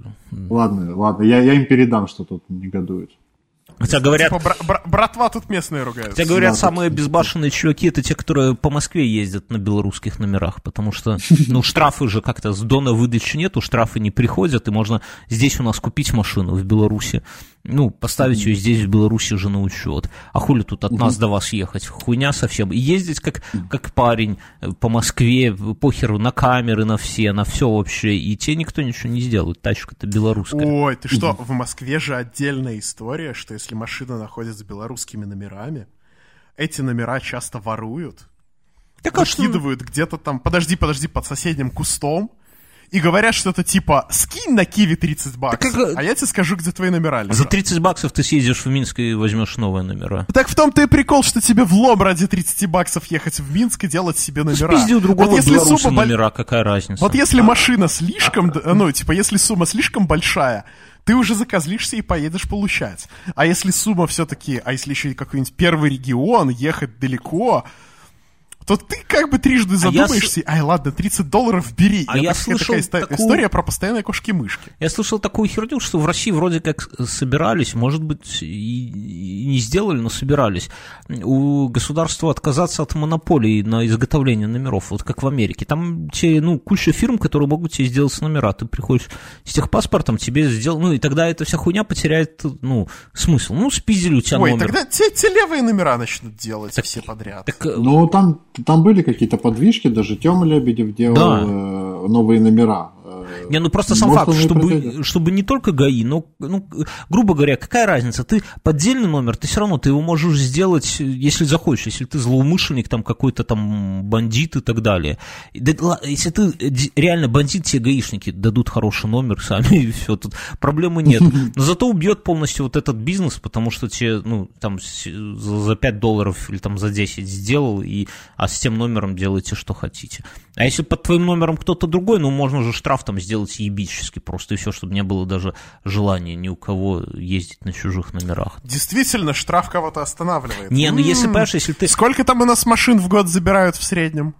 Ладно, я им передам, что тут негодуют. Хотя говорят... Типа, братва тут местные ругаются. Хотя говорят, самые безбашенные чуваки — это те, которые по Москве ездят на белорусских номерах, потому что, штрафы же как-то с дона выдачи нету, штрафы не приходят, и можно здесь у нас купить машину в Беларуси, поставить ее здесь в Беларуси же на учет. А хули тут от нас до вас ехать? Хуйня совсем. И ездить как парень по Москве, похеру на камеры, на все вообще, и тебе никто ничего не сделает, тачка-то белорусская. Ой, ты что, в Москве же отдельная история, что если машина находится с белорусскими номерами, эти номера часто воруют, выкидывают где-то там, подожди, под соседним кустом, и говорят что-то типа «скинь на Киви 30 баксов, а я тебе скажу, где твои номера лежат». За 30 баксов ты съездишь в Минск и возьмешь новые номера. Так в том-то и прикол, что тебе влом ради 30 баксов ехать в Минск и делать себе номера. Спизди у другого белоруса номера, какая разница. Вот если машина слишком, если сумма слишком большая, ты уже закозлишься и поедешь получать. А если сумма все-таки, если еще и какой-нибудь первый регион, ехать далеко, то ты как бы трижды задумаешься, ладно, $30 бери. Я слышал такая история про постоянные кошки-мышки. Я слышал такую херню, что в России вроде как собирались, может быть, и не сделали, но собирались, у государства отказаться от монополии на изготовление номеров, вот как в Америке. Там тебе, куча фирм, которые могут тебе сделать номера. Ты приходишь с техпаспортом, тебе сделают, и тогда эта вся хуйня потеряет, смысл. Спиздили у тебя номер. Ой, тогда те левые номера начнут делать все подряд. Там были какие-то подвижки, даже Тёма Лебедев делал новые номера. Просто сам факт, чтобы не только ГАИ, но, грубо говоря, какая разница? Ты поддельный номер, ты все равно ты его можешь сделать, если захочешь, если ты злоумышленник, там какой-то там бандит и так далее. Если ты реально бандит, тебе гаишники дадут хороший номер сами, и все, тут проблемы нет. Но зато убьет полностью вот этот бизнес, потому что тебе, там за $5 или там за 10 сделал, а с тем номером делайте, что хотите. А если под твоим номером кто-то другой, можно же штраф там сделать ебически просто, и все, чтобы не было даже желания ни у кого ездить на чужих номерах. Действительно, штраф кого-то останавливает. Если, понимаешь, если ты... Сколько там у нас машин в год забирают в среднем?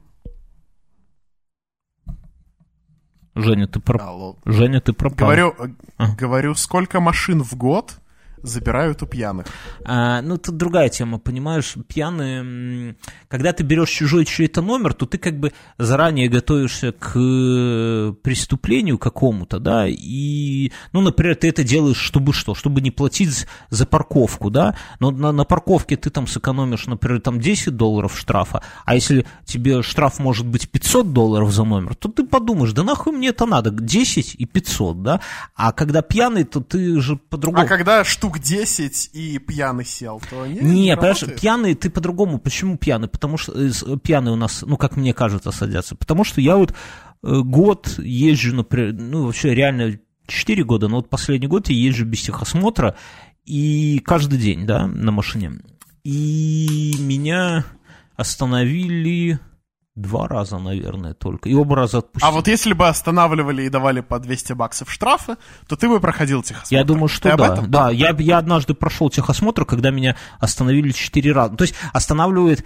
Женя, ты пропал. Говорю, сколько машин в год забирают у пьяных? Тут другая тема, понимаешь, пьяные, когда ты берешь чужой чей-то номер, то ты как бы заранее готовишься к преступлению какому-то, да, и, например, ты это делаешь, чтобы не платить за парковку, да, но на парковке ты там сэкономишь, например, там $10 штрафа, а если тебе штраф может быть $500 за номер, то ты подумаешь, да нахуй мне это надо, 10 и 500, да, а когда пьяный, то ты же по-другому... А когда штук 10 и пьяный сел, то не понимаешь, пьяный ты по-другому. Почему пьяный? Потому что пьяные у нас, как мне кажется, садятся. Потому что я вот год езжу, например, вообще реально 4 года, но вот последний год я езжу без техосмотра, и каждый день, да, на машине. И меня остановили 2 раза, наверное, только. И оба раза отпустили. А вот если бы останавливали и давали по $200 штрафы, то ты бы проходил техосмотр. Я думаю, что да. Да, я однажды прошел техосмотр, когда меня остановили 4 раза. То есть останавливает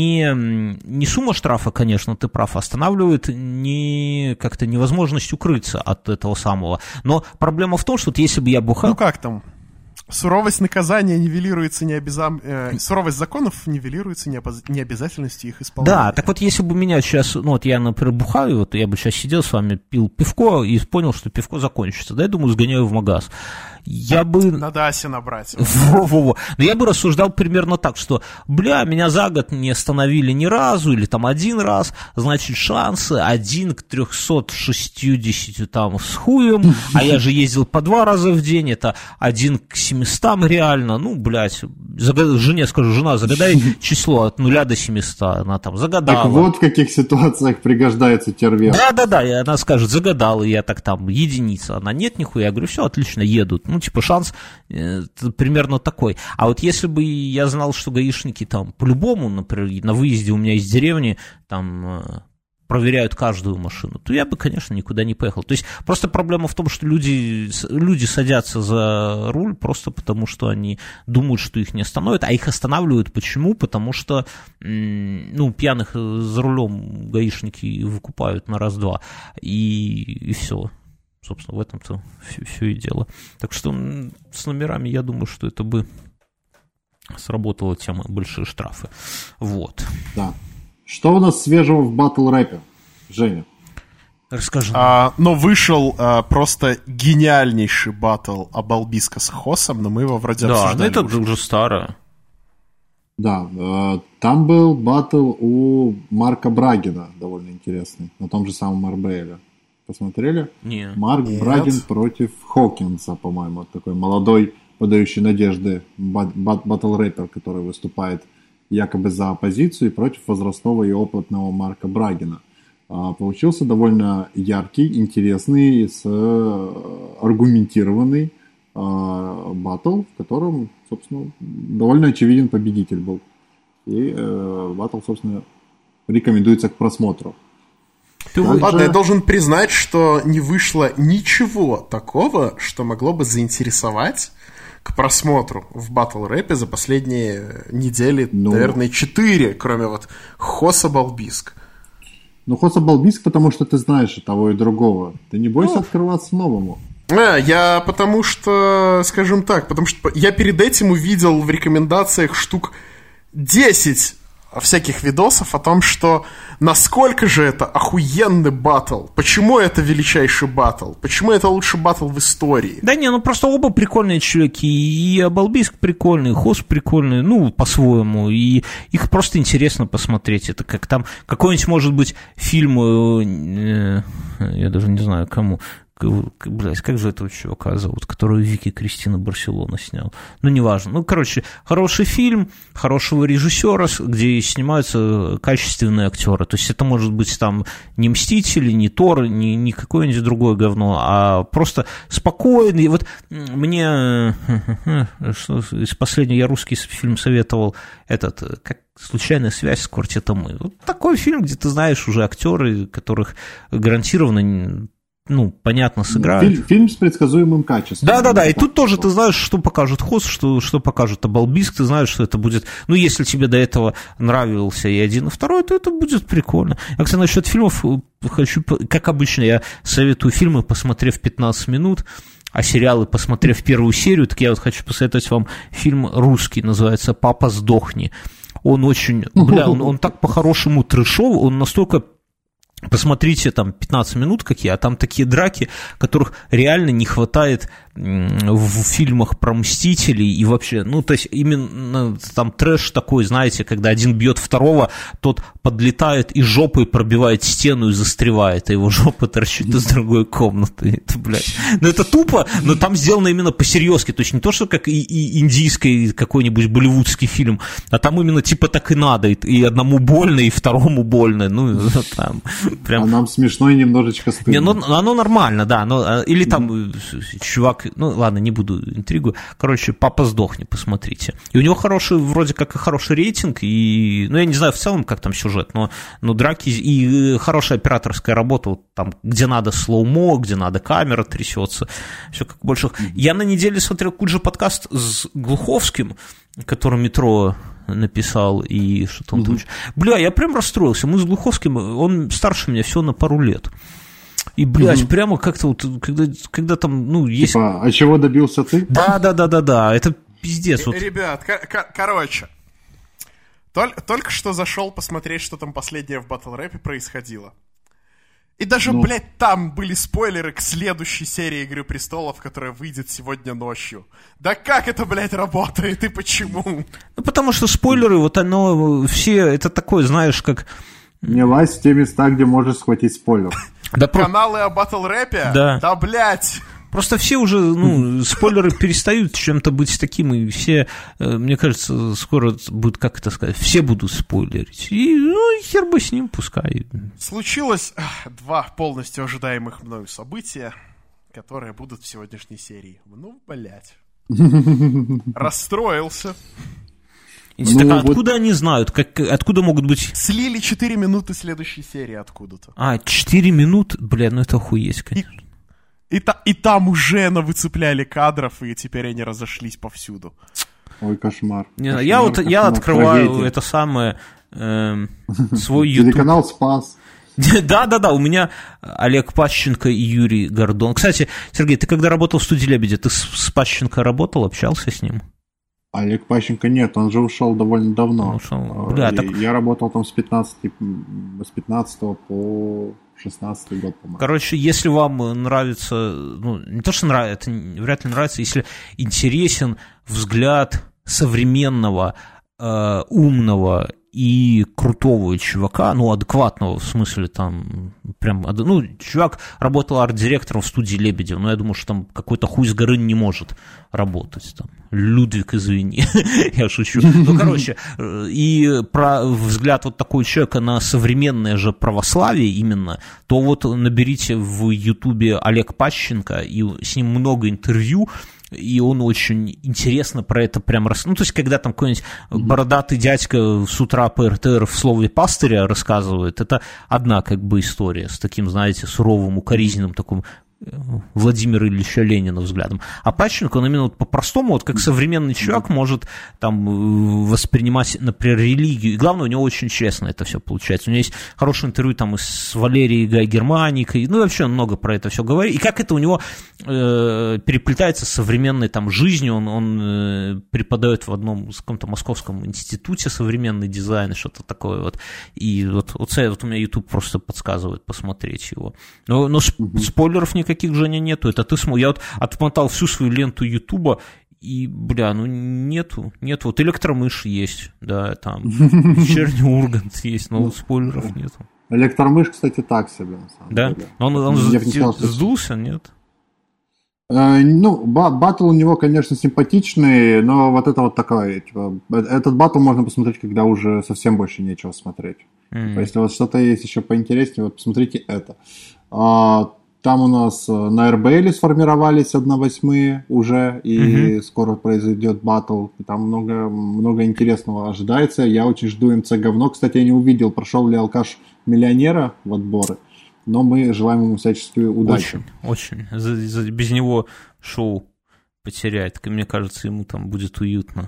не сумма штрафа, конечно, ты прав, останавливает как-то невозможность укрыться от этого самого. Но проблема в том, что вот если бы я бухал... Ну как там? Суровость наказания нивелируется суровость законов нивелируется необязательностью их исполнения. Да, так вот если бы меня сейчас, я, например, бухаю, вот я бы сейчас сидел с вами, пил пивко и понял, что пивко закончится, да, я думаю, сгоняю в магаз. Я бы... Надо Асе набрать. Во-во-во. Но я бы рассуждал примерно так, что, меня за год не остановили ни разу, или там 1 раз, значит, шансы 1 к 360 там с хуем, а я же ездил по 2 раза в день, это 1 к 700 реально, жене скажу, жена, загадай число от 0 до 700, она там загадала. Так вот в каких ситуациях пригождается тервер. Да, и она скажет, загадала, я так там, единица, она нет нихуя, я говорю, все, отлично, едут. Шанс примерно такой. А вот если бы я знал, что гаишники там по-любому, например, на выезде у меня из деревни там проверяют каждую машину, то я бы, конечно, никуда не поехал. То есть просто проблема в том, что люди садятся за руль просто потому, что они думают, что их не остановят, а их останавливают. Почему? Потому что пьяных за рулем гаишники выкупают на раз-два, и все. Собственно, в этом-то все и дело. Так что с номерами, я думаю, что это бы сработала тема большие штрафы. Вот. Да. Что у нас свежего в батл-рэпе, Женя? Расскажи. Вышел просто гениальнейший батл Абалбиска с Хосом, но мы его вроде обсуждали. Да, это уже старое. Да, там был батл у Марка Брагина, довольно интересный, на том же самом РБЛе. Посмотрели? Нет. Марк Брагин против Хокинса, по-моему. Такой молодой, подающий надежды батл-рэпер, который выступает якобы за оппозицию и против возрастного и опытного Марка Брагина. Получился довольно яркий, интересный, аргументированный батл, в котором, собственно, довольно очевиден победитель был. И батл, собственно, рекомендуется к просмотру. Ладно, я должен признать, что не вышло ничего такого, что могло бы заинтересовать к просмотру в батл-рэпе за последние недели, наверное, 4, кроме Хоса Балбиск. Хоса Балбиск, потому что ты знаешь и того, и другого. Ты не бойся открываться новому. Потому что я перед этим увидел в рекомендациях штук 10 всяких видосов о том, что насколько же это охуенный батл, почему это величайший батл, почему это лучший батл в истории. Да не, просто оба прикольные чуваки, и Абалбиск прикольный, и Хос прикольный, по-своему, и их просто интересно посмотреть. Это как там какой-нибудь, может быть, фильм, я даже не знаю кому, как же этого чувака зовут, который Вики Кристина Барселона снял. Неважно. Хороший фильм, хорошего режиссера, где снимаются качественные актеры. То есть это может быть там не «Мстители», не «Тор», не какое-нибудь другое говно, а просто спокойный. Вот мне из последнего я русский фильм советовал как «Случайная связь» с «Квартетом Мы». Вот такой фильм, где ты знаешь уже актеры, которых гарантированно понятно, сыграют. Фильм с предсказуемым качеством. Да, и тут тоже ты знаешь, что покажет Хос, что покажет Абалбиск, ты знаешь, что это будет, если тебе до этого нравился и один, и второй, то это будет прикольно. Я, кстати, насчет фильмов хочу, как обычно, я советую фильмы, посмотрев 15 минут, а сериалы, посмотрев первую серию, так я хочу посоветовать вам фильм русский, называется «Папа, сдохни». Он очень, он так по-хорошему трэшовый, он настолько... Посмотрите, там 15 минут какие, а там такие драки, которых реально не хватает в фильмах про Мстителей и вообще, то есть именно там трэш такой, знаете, когда один бьет второго, тот подлетает и жопой пробивает стену и застревает, а его жопа торчит из другой комнаты. Это, это тупо, но там сделано именно по-серьезки, то есть не то, что как и индийский какой-нибудь болливудский фильм, а там именно типа так и надо, и одному больно, и второму больно, там... Прям... А нам смешно и немножечко стыдно. Не, ну, оно нормально, да. Или там чувак... Ну, ладно, не буду интригу. Короче, «Папа сдохни», посмотрите. И у него хороший, вроде как и хороший рейтинг, и... Ну, я не знаю в целом, как там сюжет, но драки и хорошая операторская работа, вот там, где надо слоумо, где надо камера трясется, все как больше. Я на неделе смотрел Куджи подкаст с Глуховским, который «Метро» написал, и что-то он там... Бля, я прям расстроился. Мы с Глуховским, он старше меня всего на пару лет. И, блядь, прямо как-то вот, когда там, ну, есть... Типа, а чего добился ты? Да, это пиздец. Вот. Ребят, короче, только что зашел посмотреть, что там последнее в Battle Rap происходило. И даже, блядь, там были спойлеры к следующей серии «Игры престолов», которая выйдет сегодня ночью. Да как это, блядь, работает и почему? Ну, потому что спойлеры, вот оно, все, это такое, знаешь, как... Не лазь в те места, где можешь схватить спойлер. Каналы о Battle Rap'е? Да, блядь! Просто все уже, ну, спойлеры перестают чем-то быть таким, и все, мне кажется, скоро будет, как это сказать, все будут спойлерить. И, ну, хер бы с ним, пускай. Случилось два полностью ожидаемых мною события, которые будут в сегодняшней серии. Ну, блядь. Расстроился. Так, откуда они знают? Откуда могут быть... Слили 4 минуты следующей серии откуда-то. 4 минуты? Бля, ну это охуеть, конечно. И там уже навыцепляли кадров, и теперь они разошлись повсюду. Ой, кошмар. Я открываю это самое, свой YouTube. Телеканал «Спас». Да, у меня Олег Пащенко и Юрий Гордон. Кстати, Сергей, ты когда работал в студии «Лебедя», ты с Пащенко работал, общался с ним? Олег Пащенко нет, он же ушел довольно давно. Бля, я работал там с 15 по 16 год, по-моему. Короче, если вам нравится, ну, не то, что нравится, это вряд ли нравится, если интересен взгляд современного, умного и крутого чувака, ну, адекватного, в смысле, там, прям, ну, чувак работал арт-директором в студии Лебедева, но я думаю, что там какой-то хуй с горы не может работать, там, Людвиг, извини, я шучу. Ну, короче, и про взгляд вот такого человека на современное же православие именно, то вот наберите в Ютубе Олег Пащенко, и с ним много интервью, и он очень интересно про это прям ну, то есть, когда там какой-нибудь бородатый дядька с утра по РТР в слове пастыря рассказывает, это одна как бы история с таким, знаете, суровым, укоризненным таким Владимира Ильича Ленина взглядом. А Пащенко, он именно вот по-простому, вот как современный человек может там воспринимать, например, религию. И главное, у него очень честно это все получается. У него есть хорошее интервью там и с Валерией Гай Германикой, ну и вообще он много про это все говорит. И как это у него переплетается с современной там жизнью. Он преподает в одном каком-то московском институте современный дизайн и что-то такое вот. И вот у меня YouTube просто подсказывает посмотреть его. Но спойлеров никаких, Женя, нету. Это ты смотришь. Я вот отмотал всю свою ленту Ютуба, и, бля, ну нету. Вот Электромышь есть, да, там. Вечерний Ургант есть, но спойлеров нету. Электромышь, кстати, так себе, на самом деле. Он сдулся, нет? Ну, баттл у него, конечно, симпатичный, но вот это вот такое, типа, этот баттл можно посмотреть, когда уже совсем больше нечего смотреть. Если вот что-то есть еще поинтереснее, вот посмотрите это. Там у нас на РБЛ сформировались 1/8 уже, и скоро произойдет баттл. Там много интересного ожидается. Я очень жду МЦ говно. Кстати, я не увидел, прошел ли алкаш миллионера в отборы, но мы желаем ему всяческой удачи. Очень. Без него шоу потеряет. Мне кажется, ему там будет уютно.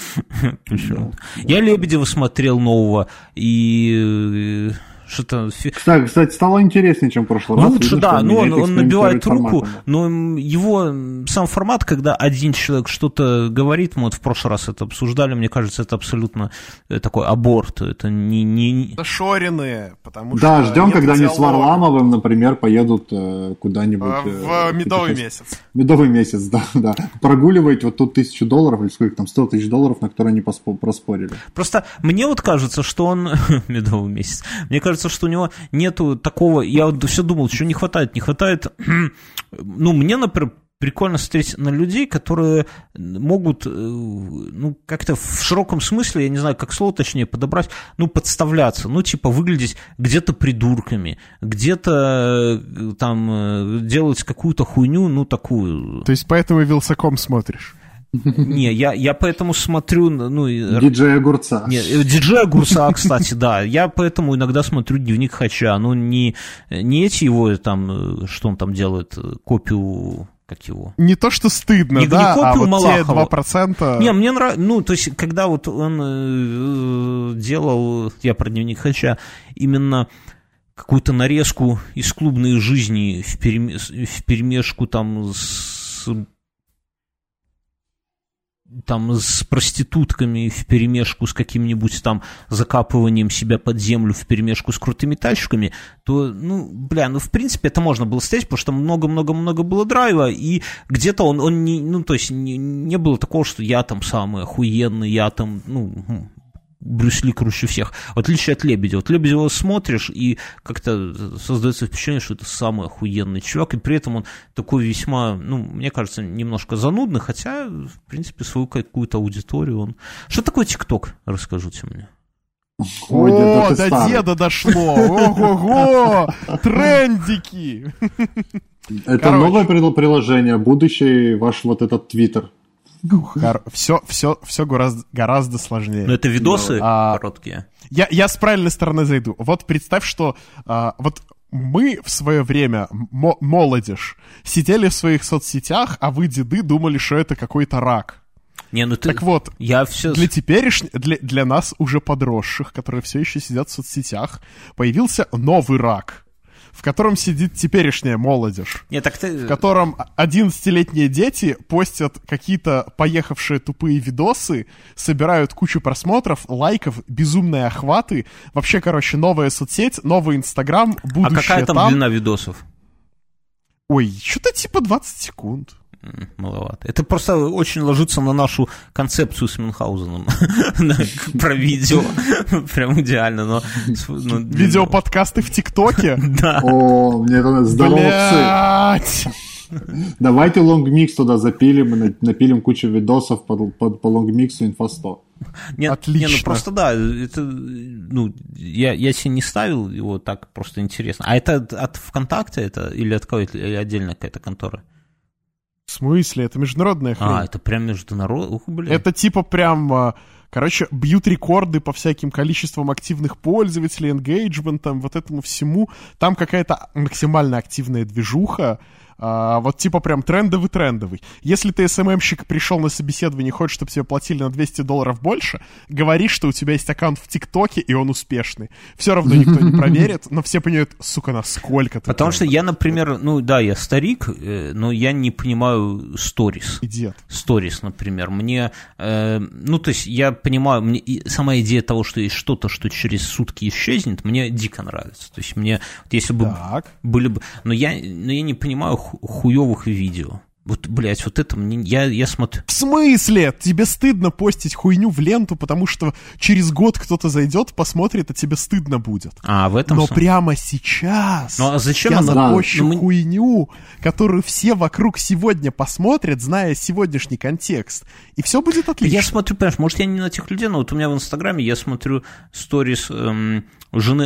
Я Лебедева смотрел нового, и... Что-то... Кстати, стало интереснее, чем в прошлый раз. Лучше, да, но он набивает руку, но его сам формат, когда один человек что-то говорит, мы вот в прошлый раз это обсуждали, мне кажется, это абсолютно такой аборт, это не... Это шоренные, потому что... Да, ждем, когда они с Варламовым, например, поедут куда-нибудь... В медовый месяц. Медовый месяц, да. Прогуливать вот тут $1000, или сколько там, $100 000, на которые они проспорили. Просто мне вот кажется, что он... Медовый месяц. Мне кажется, что у него нету такого... Я вот все думал, что не хватает. Ну, мне, например, прикольно смотреть на людей, которые могут, ну, как-то в широком смысле, я не знаю, как слово точнее подобрать, ну, подставляться, ну, типа, выглядеть где-то придурками, где-то там делать какую-то хуйню, ну, такую. То есть поэтому Вилсаком смотришь? Не, я поэтому смотрю, ну... Диджея Огурца. Диджея Огурца, кстати, да. Я поэтому иногда смотрю «Дневник Хача». Ну, не эти его там, что он там делает, копию... Как его? Не то, что стыдно, не, да, не а вот Малахова. те 2%... Не, мне нравится, ну, то есть, когда вот он делал, я про «Дневник Хача», именно какую-то нарезку из клубной жизни вперемешку там с проститутками вперемешку с каким-нибудь там закапыванием себя под землю вперемешку с крутыми тачками, то, ну, бля, ну, в принципе, это можно было снять, потому что много-много-много было драйва, и где-то он не, ну, то есть не было такого, что я там самый охуенный, я там, ну, Брюс Ли круче всех. В отличие от Лебедева. Вот Лебедева смотришь, и как-то создается впечатление, что это самый охуенный чувак, и при этом он такой весьма, ну, мне кажется, немножко занудный, хотя, в принципе, свою какую-то аудиторию он... Что такое ТикТок? Расскажите мне. Ой, о, до деда дошло! Ого-го! Трендики! Это новое приложение, будущий ваш вот этот Твиттер. Все гораздо сложнее. Но это видосы короткие. Я с правильной стороны зайду. Вот представь, что вот мы в свое время, молодежь, сидели в своих соцсетях, а вы, деды, думали, что это какой-то рак. Не, ну ты... Так вот, я все... для нас, уже подросших, которые все еще сидят в соцсетях, появился новый рак, в котором сидит теперешняя молодежь. Не, так ты... В котором 11-летние дети постят какие-то поехавшие тупые видосы, собирают кучу просмотров, лайков, безумные охваты. Вообще, короче, новая соцсеть, новый Инстаграм, будущее там. А какая там длина видосов? Ой, что-то типа 20 секунд. Маловато. Это просто очень ложится на нашу концепцию с Мюнхгаузеном про видео. Прям идеально. Видеоподкасты в ТикТоке? Да. О, мне это здорово. Давайте лонгмикс туда запилим и напилим кучу видосов по лонгмиксу Инфо 100. Отлично. Не, ну просто да, это, ну, я себе не ставил его так просто интересно. А это от ВКонтакте это или от кого-то, или отдельная какая-то контора? В смысле? Это международная хрень. А, это прям международная? Ух, блин. Это типа прям, короче, бьют рекорды по всяким количествам активных пользователей, энгейджментам, вот этому всему. Там какая-то максимально активная движуха. Вот типа прям трендовый. Если ты СММщик, пришел на собеседование и хочешь, чтобы тебе платили на $200 больше, говори, что у тебя есть аккаунт в ТикТоке, и он успешный. Все равно никто не проверит, но все понимают, сука, насколько ты... Потому что я, например, ну да, я старик, но я не понимаю сторис. Дед. Сторис, например. Мне, ну то есть я понимаю, мне сама идея того, что есть что-то, что через сутки исчезнет, мне дико нравится. То есть мне, если бы были бы... Но я не понимаю хуёвых видео. Вот, блядь, вот это мне... Я смотрю... В смысле? Тебе стыдно постить хуйню в ленту, потому что через год кто-то зайдет, посмотрит, а тебе стыдно будет. А, в этом... Но прямо сейчас а зачем я запощу хуйню, которую все вокруг сегодня посмотрят, зная сегодняшний контекст. И все будет отлично. Я смотрю, понимаешь, может, я не на тех людей, но вот у меня в Инстаграме я смотрю сторис жены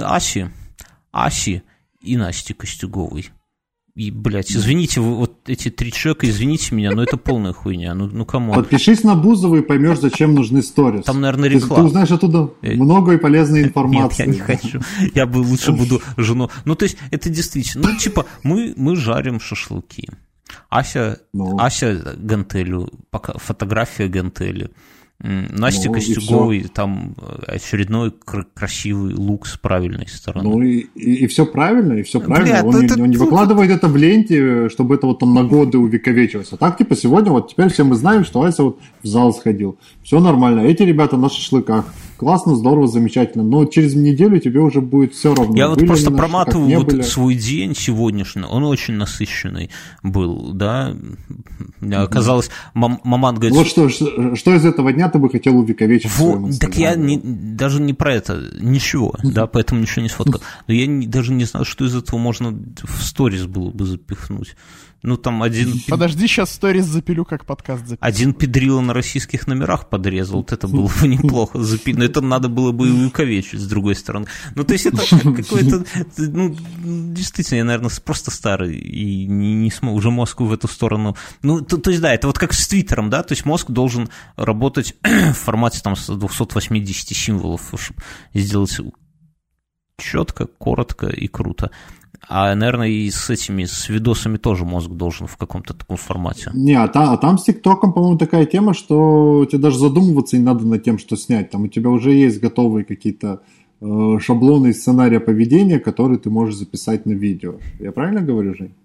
Аси и Насти Костюговой. И, блядь, извините, вот эти 3 человека, извините меня, но это полная хуйня, ну камон. Подпишись на Бузову и поймешь, зачем нужны сторис. Там, наверное, реклама. Ты узнаешь оттуда много и полезной информации. Нет, я не хочу. Я бы лучше буду жену. Ну, то есть, это действительно, ну, типа, мы жарим шашлыки. Ася гантелю, фотография гантели. Настя Костюговой, там очередной красивый лук с правильной стороны. Ну и все правильно, и все правильно. Он не выкладывает это в ленте, чтобы это вот там на годы увековечивалось. А так, типа, сегодня вот теперь все мы знаем, что Ася вот в зал сходил. Все нормально. Эти ребята на шашлыках. классно, здорово, замечательно, но через неделю тебе уже будет все равно. Я вот просто проматываю вот свой день сегодняшний, он очень насыщенный был, да, оказалось, маман говорит... Вот что из этого дня ты бы хотел увековечить в своем Инстаграме? Так я даже не про это, ничего, да, поэтому ничего не сфоткал, но я даже не знаю, что из этого можно в сторис было бы запихнуть. Ну, там один... Подожди, сейчас сторис запилю, как подкаст запилю. Один педрила на российских номерах подрезал, вот это было бы неплохо. Но это надо было бы и увековечить, с другой стороны. Ну, то есть это какой-то... Ну, действительно, я, наверное, просто старый и не смог уже мозг в эту сторону... Ну, то есть, да, это вот как с Твиттером, да, то есть мозг должен работать в формате там с 280 символов, чтобы сделать четко, коротко и круто. А, наверное, и с видосами тоже мозг должен в каком-то таком формате. Не, а там с ТикТоком, по-моему, такая тема, что тебе даже задумываться не надо над тем, что снять. Там у тебя уже есть готовые какие-то шаблоны и сценария поведения, которые ты можешь записать на видео. Я правильно говорю, Жень?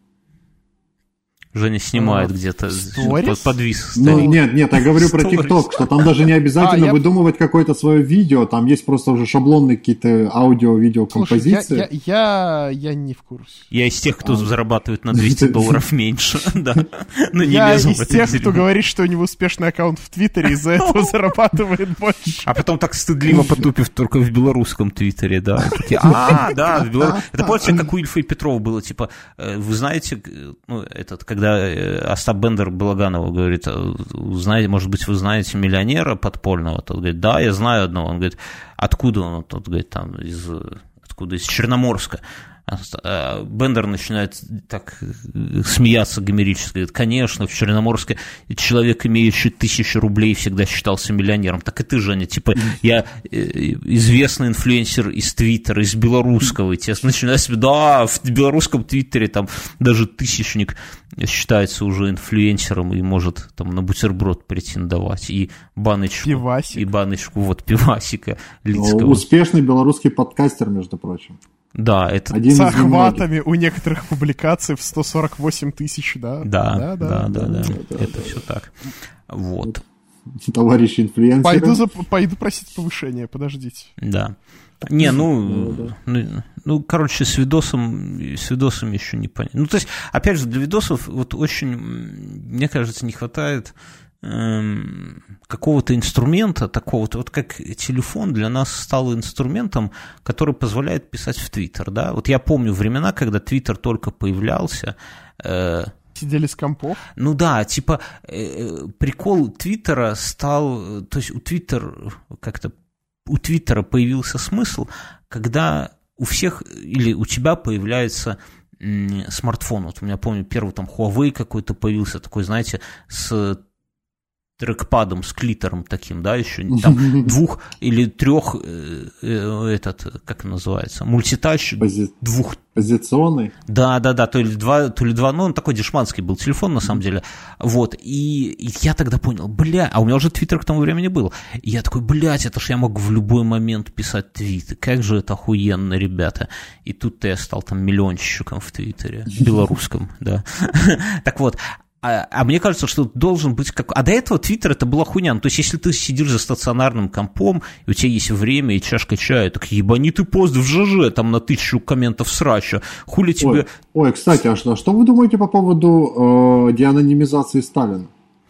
Женя снимает где-то, подвис. Ну, нет, я говорю про ТикТок, что там даже не обязательно выдумывать какое-то свое видео, там есть просто уже шаблонные какие-то аудио-видео композиции. Я не в курсе. Я из тех, кто зарабатывает на $200 меньше, да. Я из тех, кто говорит, что у него успешный аккаунт в Твиттере, из-за этого зарабатывает больше. А потом так стыдливо потупив только в белорусском Твиттере, да. Да, в белорусском. Это помните, как у Ильфа и Петрова было, типа, вы знаете, ну, когда Остап Бендер Балаганова говорит, знаете, может быть, вы знаете миллионера подпольного? Тот говорит, да, я знаю одного. Он говорит, откуда он? Тот говорит, там, из Черноморска. Бендер начинает так смеяться гомерически. Говорит, конечно, в Черноморске человек, имеющий 1000 рублей, всегда считался миллионером. Так и ты, Женя, типа, я известный инфлюенсер из Твиттера, из белорусского, и тебе начинают себе, да, в белорусском Твиттере там даже тысячник считается уже инфлюенсером и может там на бутерброд претендовать, и баночку, пивасик. И баночку вот пивасика Лицкого. Успешный белорусский подкастер, между прочим. Да, это... С охватами у некоторых публикаций в 148 тысяч, да? Да, это все так. Вот. Товарищи инфлюенсеры. Пойду просить повышения, подождите. Да. Не, ну, короче, с видосом еще не понятно. Ну, то есть, опять же, для видосов вот очень, мне кажется, не хватает какого-то инструмента такого-то, вот как телефон для нас стал инструментом, который позволяет писать в Твиттер, да, вот я помню времена, когда Твиттер только появлялся. Сидели с компов? Ну да, типа прикол Твиттера стал, то есть у Твиттера появился смысл, когда у всех или у тебя появляется смартфон. Вот у меня, помню, первый там Huawei какой-то появился, такой, знаете, с трекпадом, с клитором таким, да, еще там 2 или 3, как называется, мультитач, позиционный. Да, то ли два, ну, он такой дешманский был телефон, на самом деле, вот, и я тогда понял, а у меня уже Твиттер к тому времени был, и я такой, это ж я могу в любой момент писать твиты, как же это охуенно, ребята, и тут-то я стал там миллионщиком в Твиттере, белорусском, да, так вот. А мне кажется, что должен быть как... А до этого Твиттер это была хуйня. Ну, то есть, если ты сидишь за стационарным компом, и у тебя есть время и чашка чая, так ебани ты пост в ЖЖ, там на 1000 комментов срача. Хули тебе... Ой, кстати, а что вы думаете по поводу деанонимизации Сталина?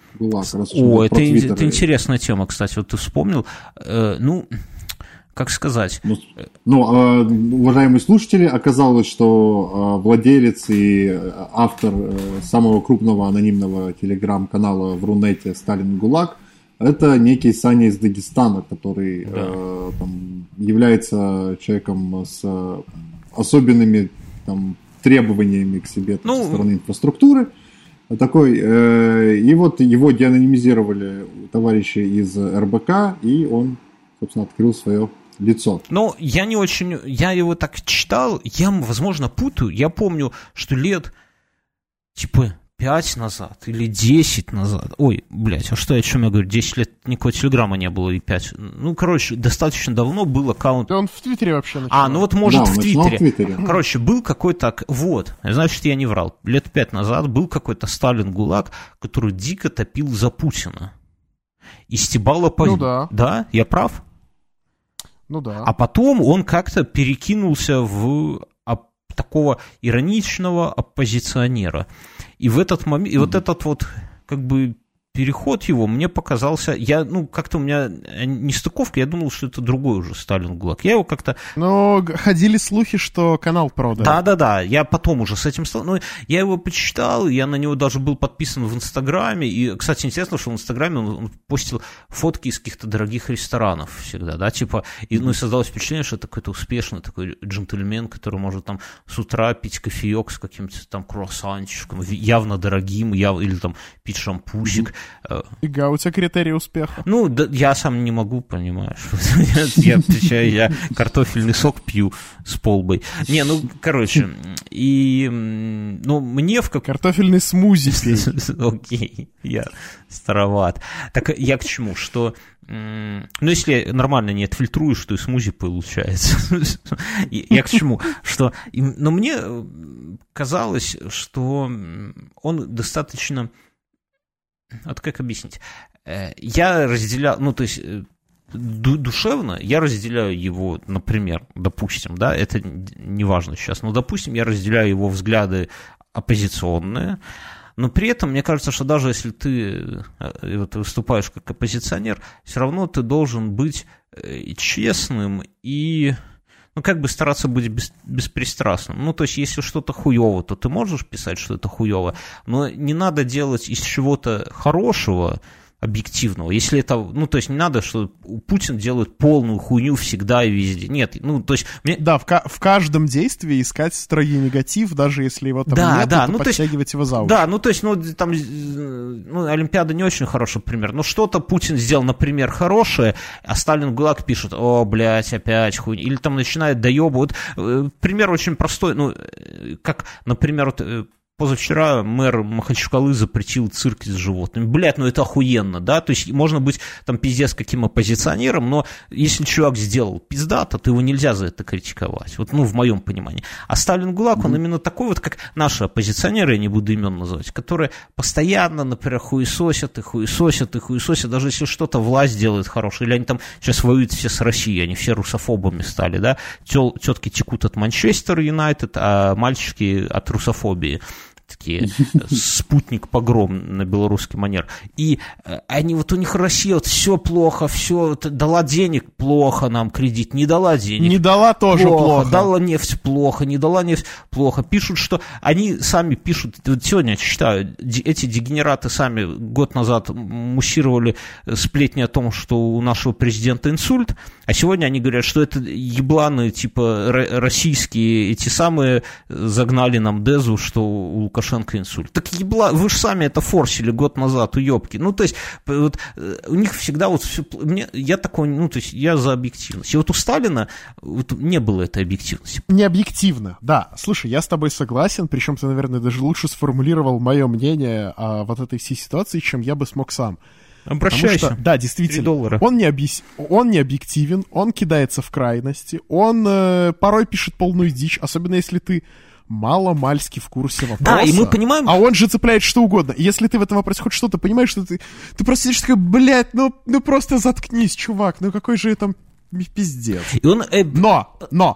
Это интересная тема, кстати. Вот ты вспомнил. Как сказать? Уважаемые слушатели, оказалось, что владелец и автор самого крупного анонимного телеграм-канала в Рунете «Сталин ГУЛАГ» это некий Саня из Дагестана, который является человеком с особенными требованиями к себе со стороны инфраструктуры. И вот его деанонимизировали товарищи из РБК, и он, собственно, открыл свое лицо. Ну, я его так читал, я, возможно, путаю, я помню, что лет, 5 назад или 10 назад, о чем я говорю, 10 лет никакого телеграмма не было, и 5, достаточно давно был аккаунт. Да он в Твиттере вообще начал. Может, в Твиттере. Был какой-то, значит, я не врал, лет 5 назад был какой-то Сталин ГУЛАГ, который дико топил за Путина. И стебало по... Ну да. Да? Я прав? Ну да. А потом он как-то перекинулся в такого ироничного оппозиционера. И в этот момент, и вот этот вот как бы переход его мне показался, как-то у меня нестыковка, я думал, что это другой уже Сталин ГУЛАГ. Я его как-то... Но ходили слухи, что канал продали. Да, я потом уже с этим стал, я его почитал, я на него даже был подписан в Инстаграме, и, кстати, интересно, что в Инстаграме он постил фотки из каких-то дорогих ресторанов всегда, да, типа, и создалось впечатление, что это какой-то успешный такой джентльмен, который может там с утра пить кофеек с каким-то там круассанчиком, явно дорогим, или там пить шампусик. Фига, у тебя критерий успеха. Да, я сам не могу, понимаешь. Я картофельный сок пью с полбой. Мне в картофельный смузи пей. Окей, я староват. Так я к чему, что... если нормально не отфильтруешь, что и смузи получается. Я к чему? Но мне казалось, что он достаточно... Вот как объяснить? Я разделял, душевно я разделяю его, например, допустим, да, это не важно сейчас, но, допустим, я разделяю его взгляды оппозиционные, но при этом мне кажется, что даже если ты выступаешь как оппозиционер, все равно ты должен быть честным и... стараться быть беспристрастным. То есть, если что-то хуёво, то ты можешь писать, что это хуёво, но не надо делать из чего-то хорошего, объективного. Если это, не надо, что Путин делает полную хуйню всегда и везде. Нет, то есть... Да, в каждом действии искать строгий негатив, даже если его там нет, то подтягивать его за уши. Да, там, Олимпиада не очень хороший пример, но что-то Путин сделал, например, хорошее, а Сталин ГУЛАГ пишет, опять хуйня, или там начинает доебывать. Пример очень простой, как, например, позавчера мэр Махачкалы запретил цирк с животными. Это охуенно, да? То есть можно быть там пиздец каким оппозиционером, но если чувак сделал пиздато, то его нельзя за это критиковать. В моем понимании. А Сталин ГУЛАГ, он именно такой как наши оппозиционеры, я не буду имен называть, которые постоянно, например, хуесосят, даже если что-то власть делает хорошее, или они там сейчас воюют все с Россией, они все русофобами стали, да? Тетки текут от Манчестер Юнайтед, а мальчики от русофобии. Такие спутник погром на белорусский манер. И они у них Россия все плохо, все дала денег плохо нам кредит, не дала денег. Не дала тоже плохо. Дала нефть плохо, не дала нефть плохо. Пишут, что они сами пишут, сегодня я читаю, эти дегенераты сами год назад муссировали сплетни о том, что у нашего президента инсульт, а сегодня они говорят, что это ебланы типа российские, эти самые загнали нам Дезу, что у Лукашенко инсульт. Так вы же сами это форсили год назад, уебки. То есть, у них всегда все... Я такой, я за объективность. И у Сталина не было этой объективности. Не объективно, да. Слушай, я с тобой согласен, причем ты, наверное, даже лучше сформулировал мое мнение о вот этой всей ситуации, чем я бы смог сам. Обращайся. Потому что, да, действительно, он не объективен, он кидается в крайности, он порой пишет полную дичь, особенно если ты мало-мальски в курсе вопроса. Да, и мы понимаем... А он же цепляет что угодно. И если ты в этом вопросе хоть что-то понимаешь, что ты просто сидишь такой, блядь, ну просто заткнись, чувак, какой же это пиздец. И он... Но.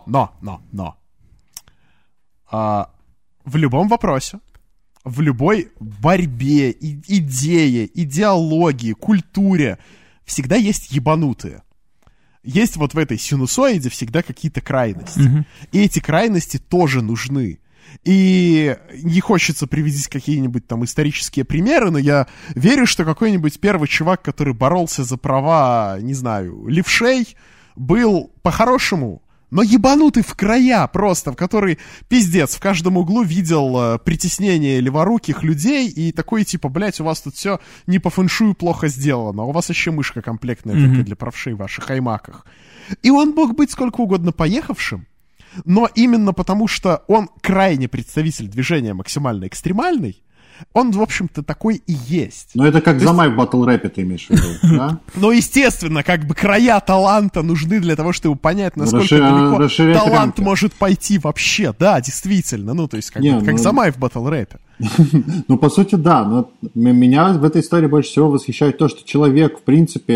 В любом вопросе, в любой борьбе, идее, идеологии, культуре всегда есть ебанутые. Есть в этой синусоиде всегда какие-то крайности. Mm-hmm. И эти крайности тоже нужны. И не хочется приводить какие-нибудь там исторические примеры, но я верю, что какой-нибудь первый чувак, который боролся за права, не знаю, левшей, был по-хорошему, но ебанутый в края просто, в который, пиздец, в каждом углу видел притеснение леворуких людей и такой типа, блять, у вас тут все не по фэншую плохо сделано, у вас еще мышка комплектная только для правшей в ваших аймаках. И он мог быть сколько угодно поехавшим, но именно потому, что он крайне представитель движения максимально экстремальный, он, в общем-то, такой и есть. Ну, это как Замай в батл-рэпе ты имеешь в виду, да? Ну, естественно, как бы края таланта нужны для того, чтобы понять, насколько далеко талант может пойти вообще. Да, действительно, то есть как Замай в батл-рэпе. Ну, по сути, да, но меня в этой истории больше всего восхищает то, что человек, в принципе,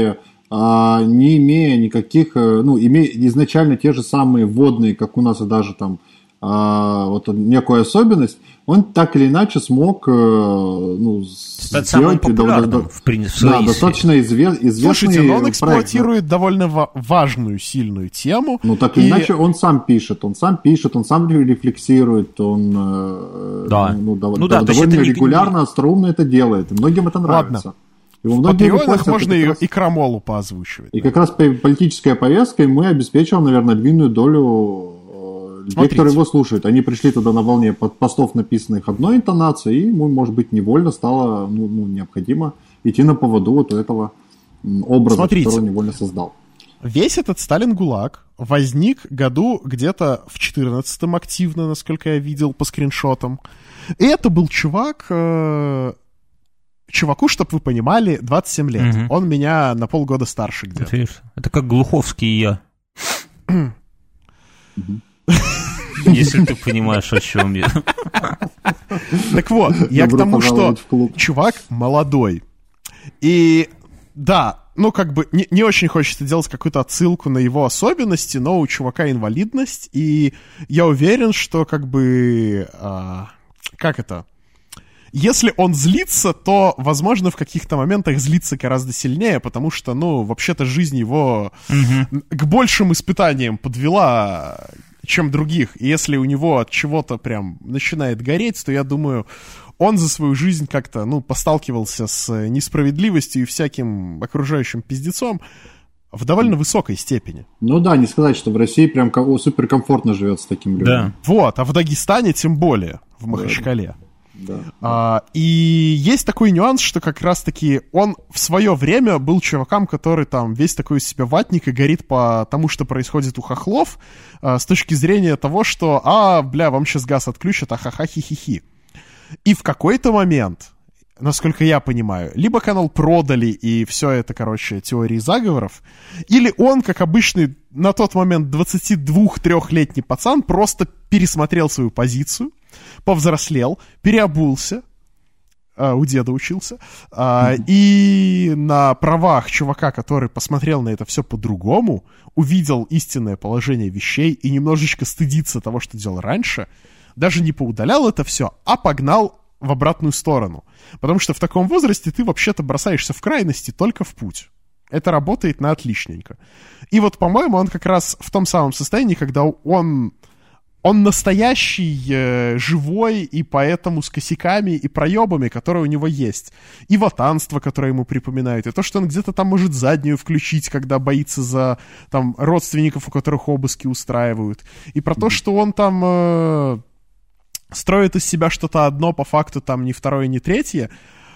не имея никаких, имея изначально те же самые вводные, как у нас, и даже там вот некую особенность, он так или иначе смог стать самым популярным в своей достаточно известный. Слушайте, но он эксплуатирует довольно важную, сильную тему. Ну, так или иначе, он сам пишет, он сам рефлексирует, он довольно регулярно, остроумно это делает. И многим это нравится. В Патреонах можно и крамолу поозвучивать. И как раз политическая повестка, и мы обеспечиваем, наверное, львиную долю людей, которые его слушают. Они пришли туда на волне постов, написанных одной интонацией, и ему, может быть, невольно стало необходимо идти на поводу вот этого образа, который он невольно создал. Весь этот Сталин-ГУЛАГ возник году где-то в 14-м активно, насколько я видел по скриншотам. И это был чуваку, чтобы вы понимали, 27 лет. Угу. Он меня на полгода старше где-то. Это как Глуховский и я. Если ты понимаешь, о чем я. Так вот, я к тому, что чувак молодой. И да, не очень хочется делать какую-то отсылку на его особенности, но у чувака инвалидность, и я уверен, что если он злится, то, возможно, в каких-то моментах злится гораздо сильнее, потому что, вообще-то жизнь его к большим испытаниям подвела, чем других. И если у него от чего-то прям начинает гореть, то, я думаю, он за свою жизнь как-то, посталкивался с несправедливостью и всяким окружающим пиздецом в довольно высокой степени. Ну да, не сказать, что в России прям суперкомфортно живет с таким людям. Да. Вот, а в Дагестане тем более, в Махачкале. Да. И есть такой нюанс, что как раз-таки он в свое время был чуваком, который там весь такой из себя ватник и горит по тому, что происходит у хохлов, с точки зрения того, что, вам сейчас газ отключат, ха-ха, хи-хи-хи. И в какой-то момент, насколько я понимаю, либо канал продали, и все это, теории заговоров, или он, как обычный на тот момент 22-3-летний пацан, просто пересмотрел свою позицию, повзрослел, переобулся, у деда учился, и на правах чувака, который посмотрел на это все по-другому, увидел истинное положение вещей и немножечко стыдится того, что делал раньше, даже не поудалял это все, а погнал в обратную сторону. Потому что в таком возрасте ты вообще-то бросаешься в крайности только в путь. Это работает на отличненько. И вот, по-моему, он как раз в том самом состоянии, когда он настоящий, живой, и поэтому с косяками и проебами, которые у него есть. И ватанство, которое ему припоминает, и то, что он где-то там может заднюю включить, когда боится за там родственников, у которых обыски устраивают. И про то, что он там строит из себя что-то одно, по факту там ни второе, ни третье.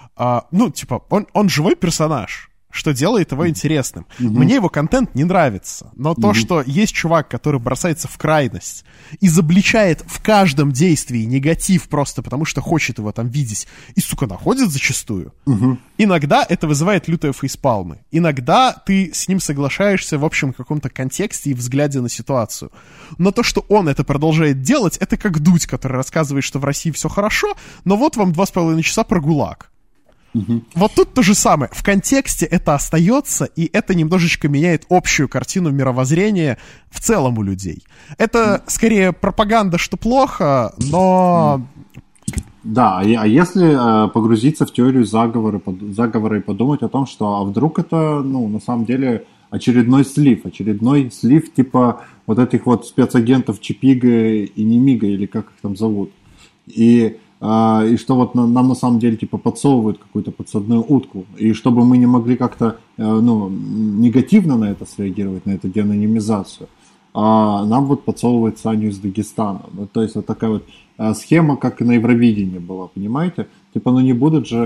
Он живой персонаж, что делает его интересным. Мне его контент не нравится, но то, что есть чувак, который бросается в крайность, изобличает в каждом действии негатив просто потому, что хочет его там видеть, и, находит зачастую, иногда это вызывает лютые фейспалмы. Иногда ты с ним соглашаешься в общем каком-то контексте и взгляде на ситуацию. Но то, что он это продолжает делать, это как Дудь, который рассказывает, что в России все хорошо, но вот вам 2,5 часа про ГУЛАГ. Вот тут то же самое. В контексте это остается, и это немножечко меняет общую картину мировоззрения в целом у людей. Это скорее пропаганда, что плохо, но... Да, а если погрузиться в теорию заговора и подумать о том, что вдруг это, на самом деле, очередной слив типа вот этих вот спецагентов Чипига и Немига, или как их там зовут. И что вот нам на самом деле типа подсовывают какую-то подсадную утку, и чтобы мы не могли как-то негативно на это среагировать, на эту деанонимизацию, нам вот подсовывает Саню из Дагестана. То есть вот такая вот схема, как и на Евровидении была, понимаете? Типа, не будут же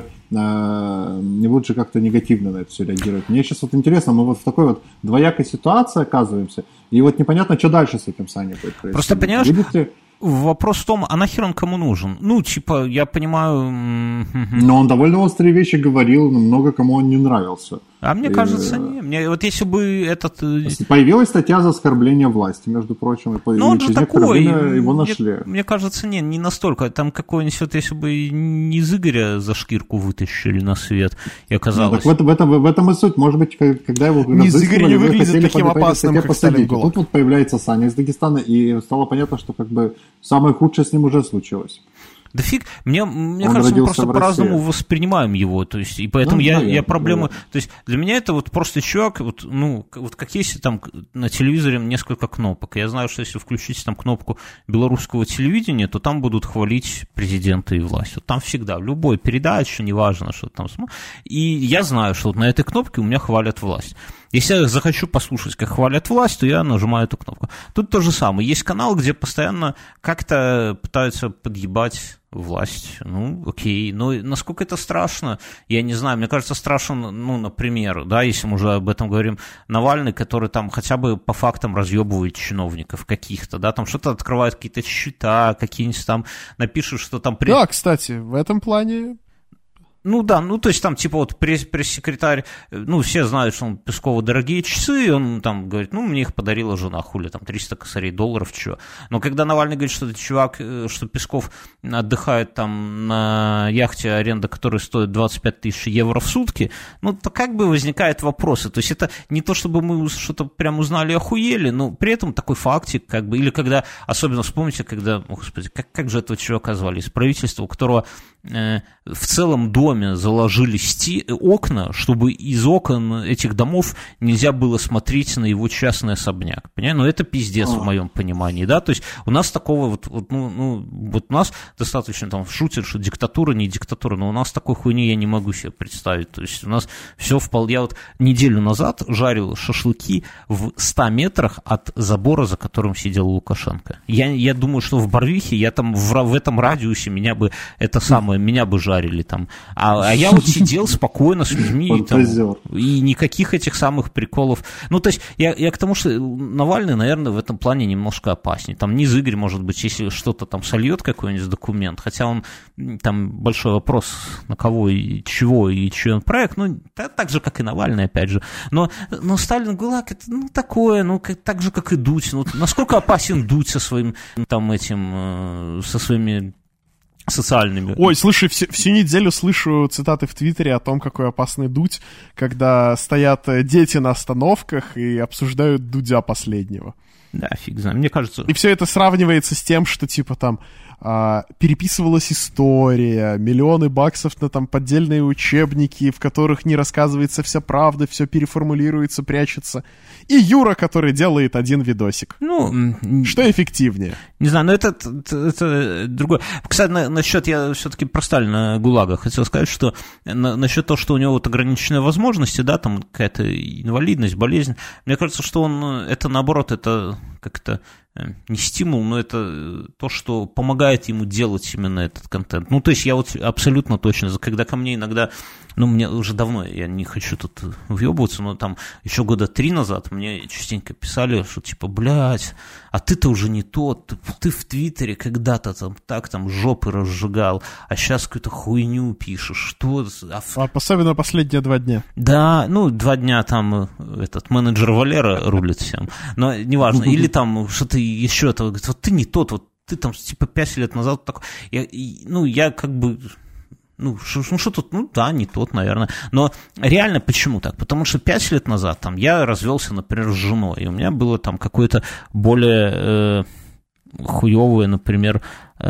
как-то негативно на это все реагировать. Мне сейчас вот интересно, мы вот в такой вот двоякой ситуации оказываемся, и вот непонятно, что дальше с этим Саней будет происходить. Просто, понимаешь, вопрос в том, а нахер он кому нужен? Я понимаю... Но он довольно острые вещи говорил, но много кому он не нравился. А мне кажется, нет. Мне, вот если бы этот... Появилась статья за оскорбление власти, между прочим, и он же такой, его нашли. Мне кажется, не настолько. Там какой-нибудь, вот если бы не из Игоря за шкирку вытащили на свет, и оказалось... Так в этом и суть. Может быть, когда его не из Игоря не выглядит таким опасным, как Сталин Гулаг. Тут вот появляется Саня из Дагестана, и стало понятно, что как бы самое худшее с ним уже случилось. Да фиг, мне кажется, мы просто по-разному воспринимаем его, то есть, и поэтому я проблему, то есть, для меня это вот просто чувак, вот как есть там на телевизоре несколько кнопок, я знаю, что если включить там кнопку белорусского телевидения, то там будут хвалить президента и власть, вот там всегда, в любой передаче, неважно, что там, и я знаю, что вот на этой кнопке у меня хвалят власть. Если я захочу послушать, как хвалят власть, то я нажимаю эту кнопку. Тут то же самое. Есть канал, где постоянно как-то пытаются подъебать власть. Ну, окей. Но насколько это страшно, я не знаю. Мне кажется, страшно, например, да, если мы уже об этом говорим, Навальный, который там хотя бы по фактам разъебывает чиновников каких-то, да, там что-то открывает, какие-то счета, какие-нибудь там напишут, что там... Да, кстати, в этом плане... Ну да, то есть там типа вот пресс-секретарь, все знают, что он Пескову дорогие часы, и он там говорит, мне их подарила жена, хули, там 300 косарей долларов, чего. Но когда Навальный говорит, что этот чувак, что Песков отдыхает там на яхте, аренда которой стоит 25 тысяч евро в сутки, то как бы возникают вопросы. То есть это не то, чтобы мы что-то прям узнали и охуели, но при этом такой фактик, как бы, или когда, особенно вспомните, когда, господи, как же этого чувака звали, из правительства, у которого в целом доме заложили окна, чтобы из окон этих домов нельзя было смотреть на его частный особняк. Понимаете? Это пиздец в моем понимании, да, то есть у нас такого вот у нас достаточно там шутят, что диктатура, не диктатура, но у нас такой хуйни я не могу себе представить, то есть у нас все вполне... Я вот неделю назад жарил шашлыки в 100 метрах от забора, за которым сидел Лукашенко. Я думаю, что в Барвихе, я там в этом радиусе меня бы жарили там. А я вот сидел спокойно с людьми и никаких этих самых приколов. То есть я к тому, что Навальный, наверное, в этом плане немножко опаснее. Там низ Игорь, может быть, если что-то там сольет какой-нибудь документ, хотя он там большой вопрос, на кого и чего, и чей он проект, так же, как и Навальный, опять же. Но Сталин ГУЛАГ, это такое, так же, как и Дудь. Насколько опасен Дудь со своим там этим, со своими социальными. Ой, слушай, всю неделю слышу цитаты в Твиттере о том, какой опасный Дудь, когда стоят дети на остановках и обсуждают Дудя последнего. Да, фиг знает, мне кажется... И все это сравнивается с тем, что типа там переписывалась история, миллионы баксов на там поддельные учебники, в которых не рассказывается вся правда, все переформулируется, прячется. И Юра, который делает один видосик. Что эффективнее? Не знаю, но это другое. Кстати, насчет, я все-таки про Сталина ГУЛАГа хотел сказать, что насчет того, что у него вот ограниченные возможности, да, там какая-то инвалидность, болезнь, мне кажется, что он, это наоборот, это как-то не стимул, но это то, что помогает ему делать именно этот контент. То есть я вот абсолютно точно, когда ко мне иногда, мне уже давно, я не хочу тут въебываться, но там еще года 3 назад мне частенько писали, что типа, блядь, а ты-то уже не тот, ты в Твиттере когда-то там жопы разжигал, а сейчас какую-то хуйню пишешь, что... Особенно последние 2 дня. Да, 2 дня там этот менеджер Валера рулит всем, но неважно, или там что-то еще, говорит, вот ты не тот, вот ты там типа 5 лет назад такой, я как бы... что тут, не тот, наверное. Но реально почему так? Потому что 5 лет назад там я развелся, например, с женой, и у меня было там какое-то более хуевое, например,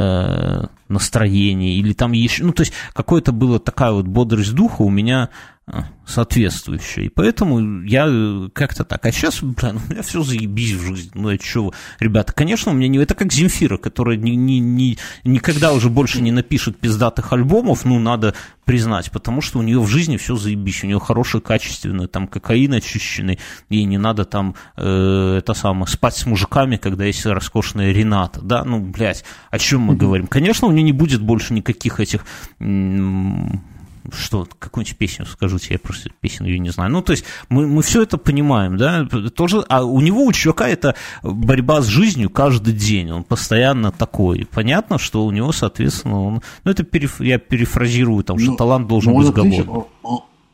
настроение, или там еще, то есть какое-то было такая вот бодрость духа у меня соответствующая, и поэтому я как-то так, а сейчас, у меня все заебись в жизни, это что, ребята, конечно, у меня не, это как Земфира, которая никогда уже больше не напишет пиздатых альбомов, надо признать, потому что у нее в жизни все заебись, у нее хороший, качественный, там, кокаин очищенный, ей не надо там, спать с мужиками, когда есть роскошная Рената, да, о чем мы говорим? Конечно, у нее не будет больше никаких этих... какую-нибудь песню скажите, я просто песню ее не знаю. То есть мы все это понимаем, да, тоже, а у него, у чувака, это борьба с жизнью каждый день, он постоянно такой. Понятно, что у него, соответственно, он, я перефразирую, там, что талант должен быть голодным.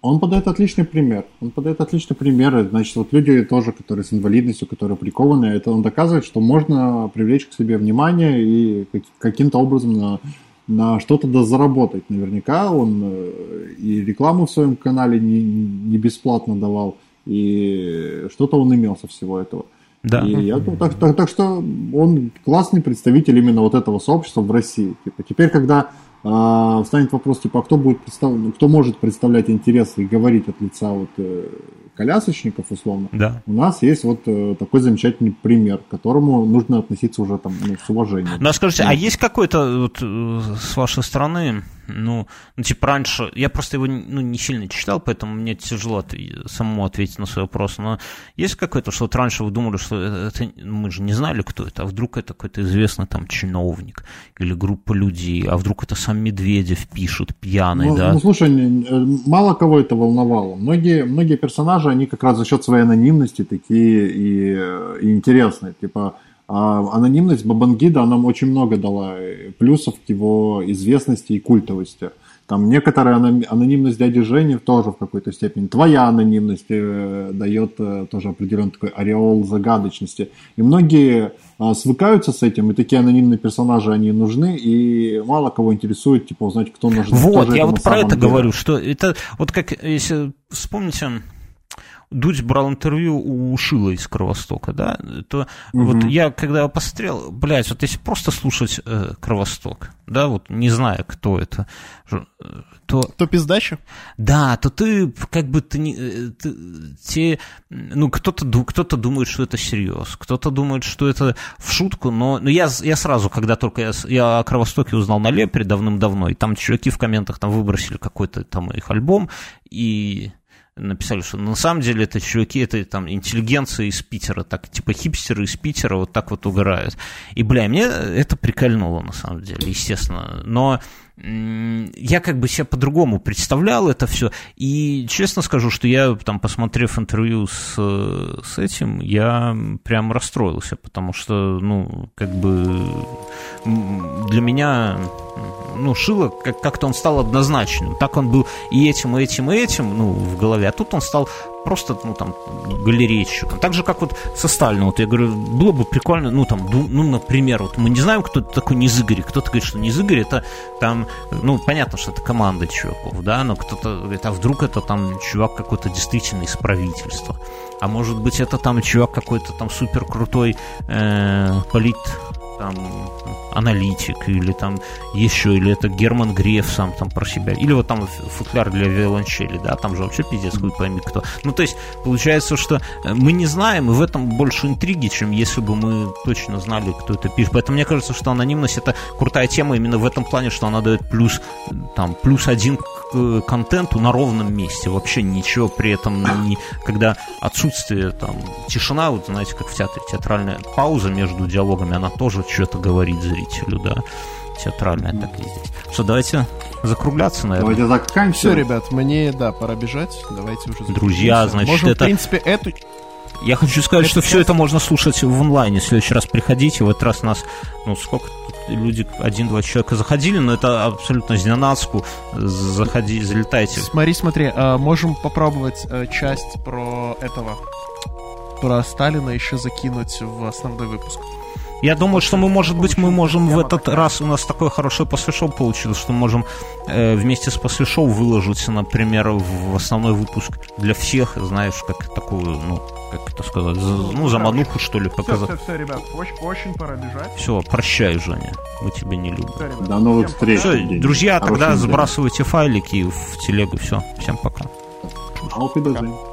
Он подает отличный пример. Значит, вот люди тоже, которые с инвалидностью, которые прикованы, это он доказывает, что можно привлечь к себе внимание и каким-то образом на что-то заработать. Наверняка он и рекламу в своем канале не бесплатно давал, и что-то он имел со всего этого. Да. И я думаю, так что он классный представитель именно вот этого сообщества в России. Теперь, когда встанет вопрос, кто может представлять интересы и говорить от лица вот колясочников, условно, да. У нас есть вот такой замечательный пример, к которому нужно относиться уже там, с уважением. Ну, скажите, а есть какой-то вот, с вашей стороны, типа раньше, я просто его не сильно читал, поэтому мне тяжело самому ответить на свой вопрос, но есть какой-то, что вот раньше вы думали, что это, мы же не знали, кто это, а вдруг это какой-то известный там чиновник или группа людей, а вдруг это сам Медведев пишет пьяный, да? Ну, слушай, мало кого это волновало. Многие персонажи, они как раз за счет своей анонимности такие и интересные. Типа, анонимность Бабангида, она очень много дала плюсов к его известности и культовости. Там некоторая анонимность дяди Жени тоже в какой-то степени. Твоя анонимность дает тоже определенный такой ореол загадочности. И многие свыкаются с этим, и такие анонимные персонажи, они нужны, и мало кого интересует, типа, узнать, кто нужен. Вот, я вот про это говорю, что это, вот как, если вспомните... Дудь брал интервью у Шила из Кровостока, да, то вот я, когда посмотрел, вот если просто слушать Кровосток, да, вот не зная, кто это, то пиздача? Да, то ты, как бы, кто-то думает, что это серьез, кто-то думает, что это в шутку, но я сразу, когда только я о Кровостоке узнал на Лепре давным-давно, и там чуваки в комментах там выбросили какой-то там их альбом, и... написали, что на самом деле это чуваки, это там интеллигенция из Питера, так, типа хипстеры из Питера вот так вот угорают. И, мне это прикольнуло, на самом деле, естественно. Но я как бы себе по-другому представлял это все. И честно скажу, что я, там, посмотрев интервью с этим, я прям расстроился, потому что, для меня... Шило, как-то он стал однозначным. Так он был и этим, в голове. А тут он стал просто, галерейщиком. Так же, как вот со Сталиным. Вот я говорю, было бы прикольно, например, вот мы не знаем, кто такой Низыгорь. Кто-то говорит, что Низыгорь это там, понятно, что это команда чуваков, да, но кто-то говорит, а вдруг это там чувак какой-то действительно из правительства. А может быть, это там чувак какой-то там супер крутой аналитик, или там еще, или это Герман Греф сам там про себя, или вот там футляр для виолончели, да, там же вообще пиздец, хуй пойми кто. То есть, получается, что мы не знаем, и в этом больше интриги, чем если бы мы точно знали, кто это пишет. Поэтому мне кажется, что анонимность — это крутая тема именно в этом плане, что она дает плюс один к контенту на ровном месте. Вообще ничего при этом когда отсутствие, тишина, вот знаете, как в театре, театральная пауза между диалогами, она тоже что-то говорит зрителю, да. Театральная так и здесь. Что, давайте закругляться, наверное. Давайте заканчиваем. Все, ребят, мне, пора бежать. Давайте уже закругляться. Друзья, значит, можем, это... в принципе, эту... Я хочу сказать, что все это можно слушать в онлайне. В следующий раз приходите. В этот раз нас, сколько тут люди, 1-2 человека заходили, но это абсолютно зненацку. Залетайте. Смотри, можем попробовать часть про Сталина еще закинуть в основной выпуск. Я думаю, что мы можем в этот раз, у нас такое хорошее после-шоу получилось, что мы можем вместе с после-шоу выложить, например, в основной выпуск для всех, знаешь, как такую, как это сказать, замануху, что ли, показать. Все, ребят, очень пора бежать. Все, прощай, Женя, мы тебя не любим. До новых встреч. Все, друзья, тогда сбрасывайте файлики в телегу, все, всем пока. Auf Wiedersehen.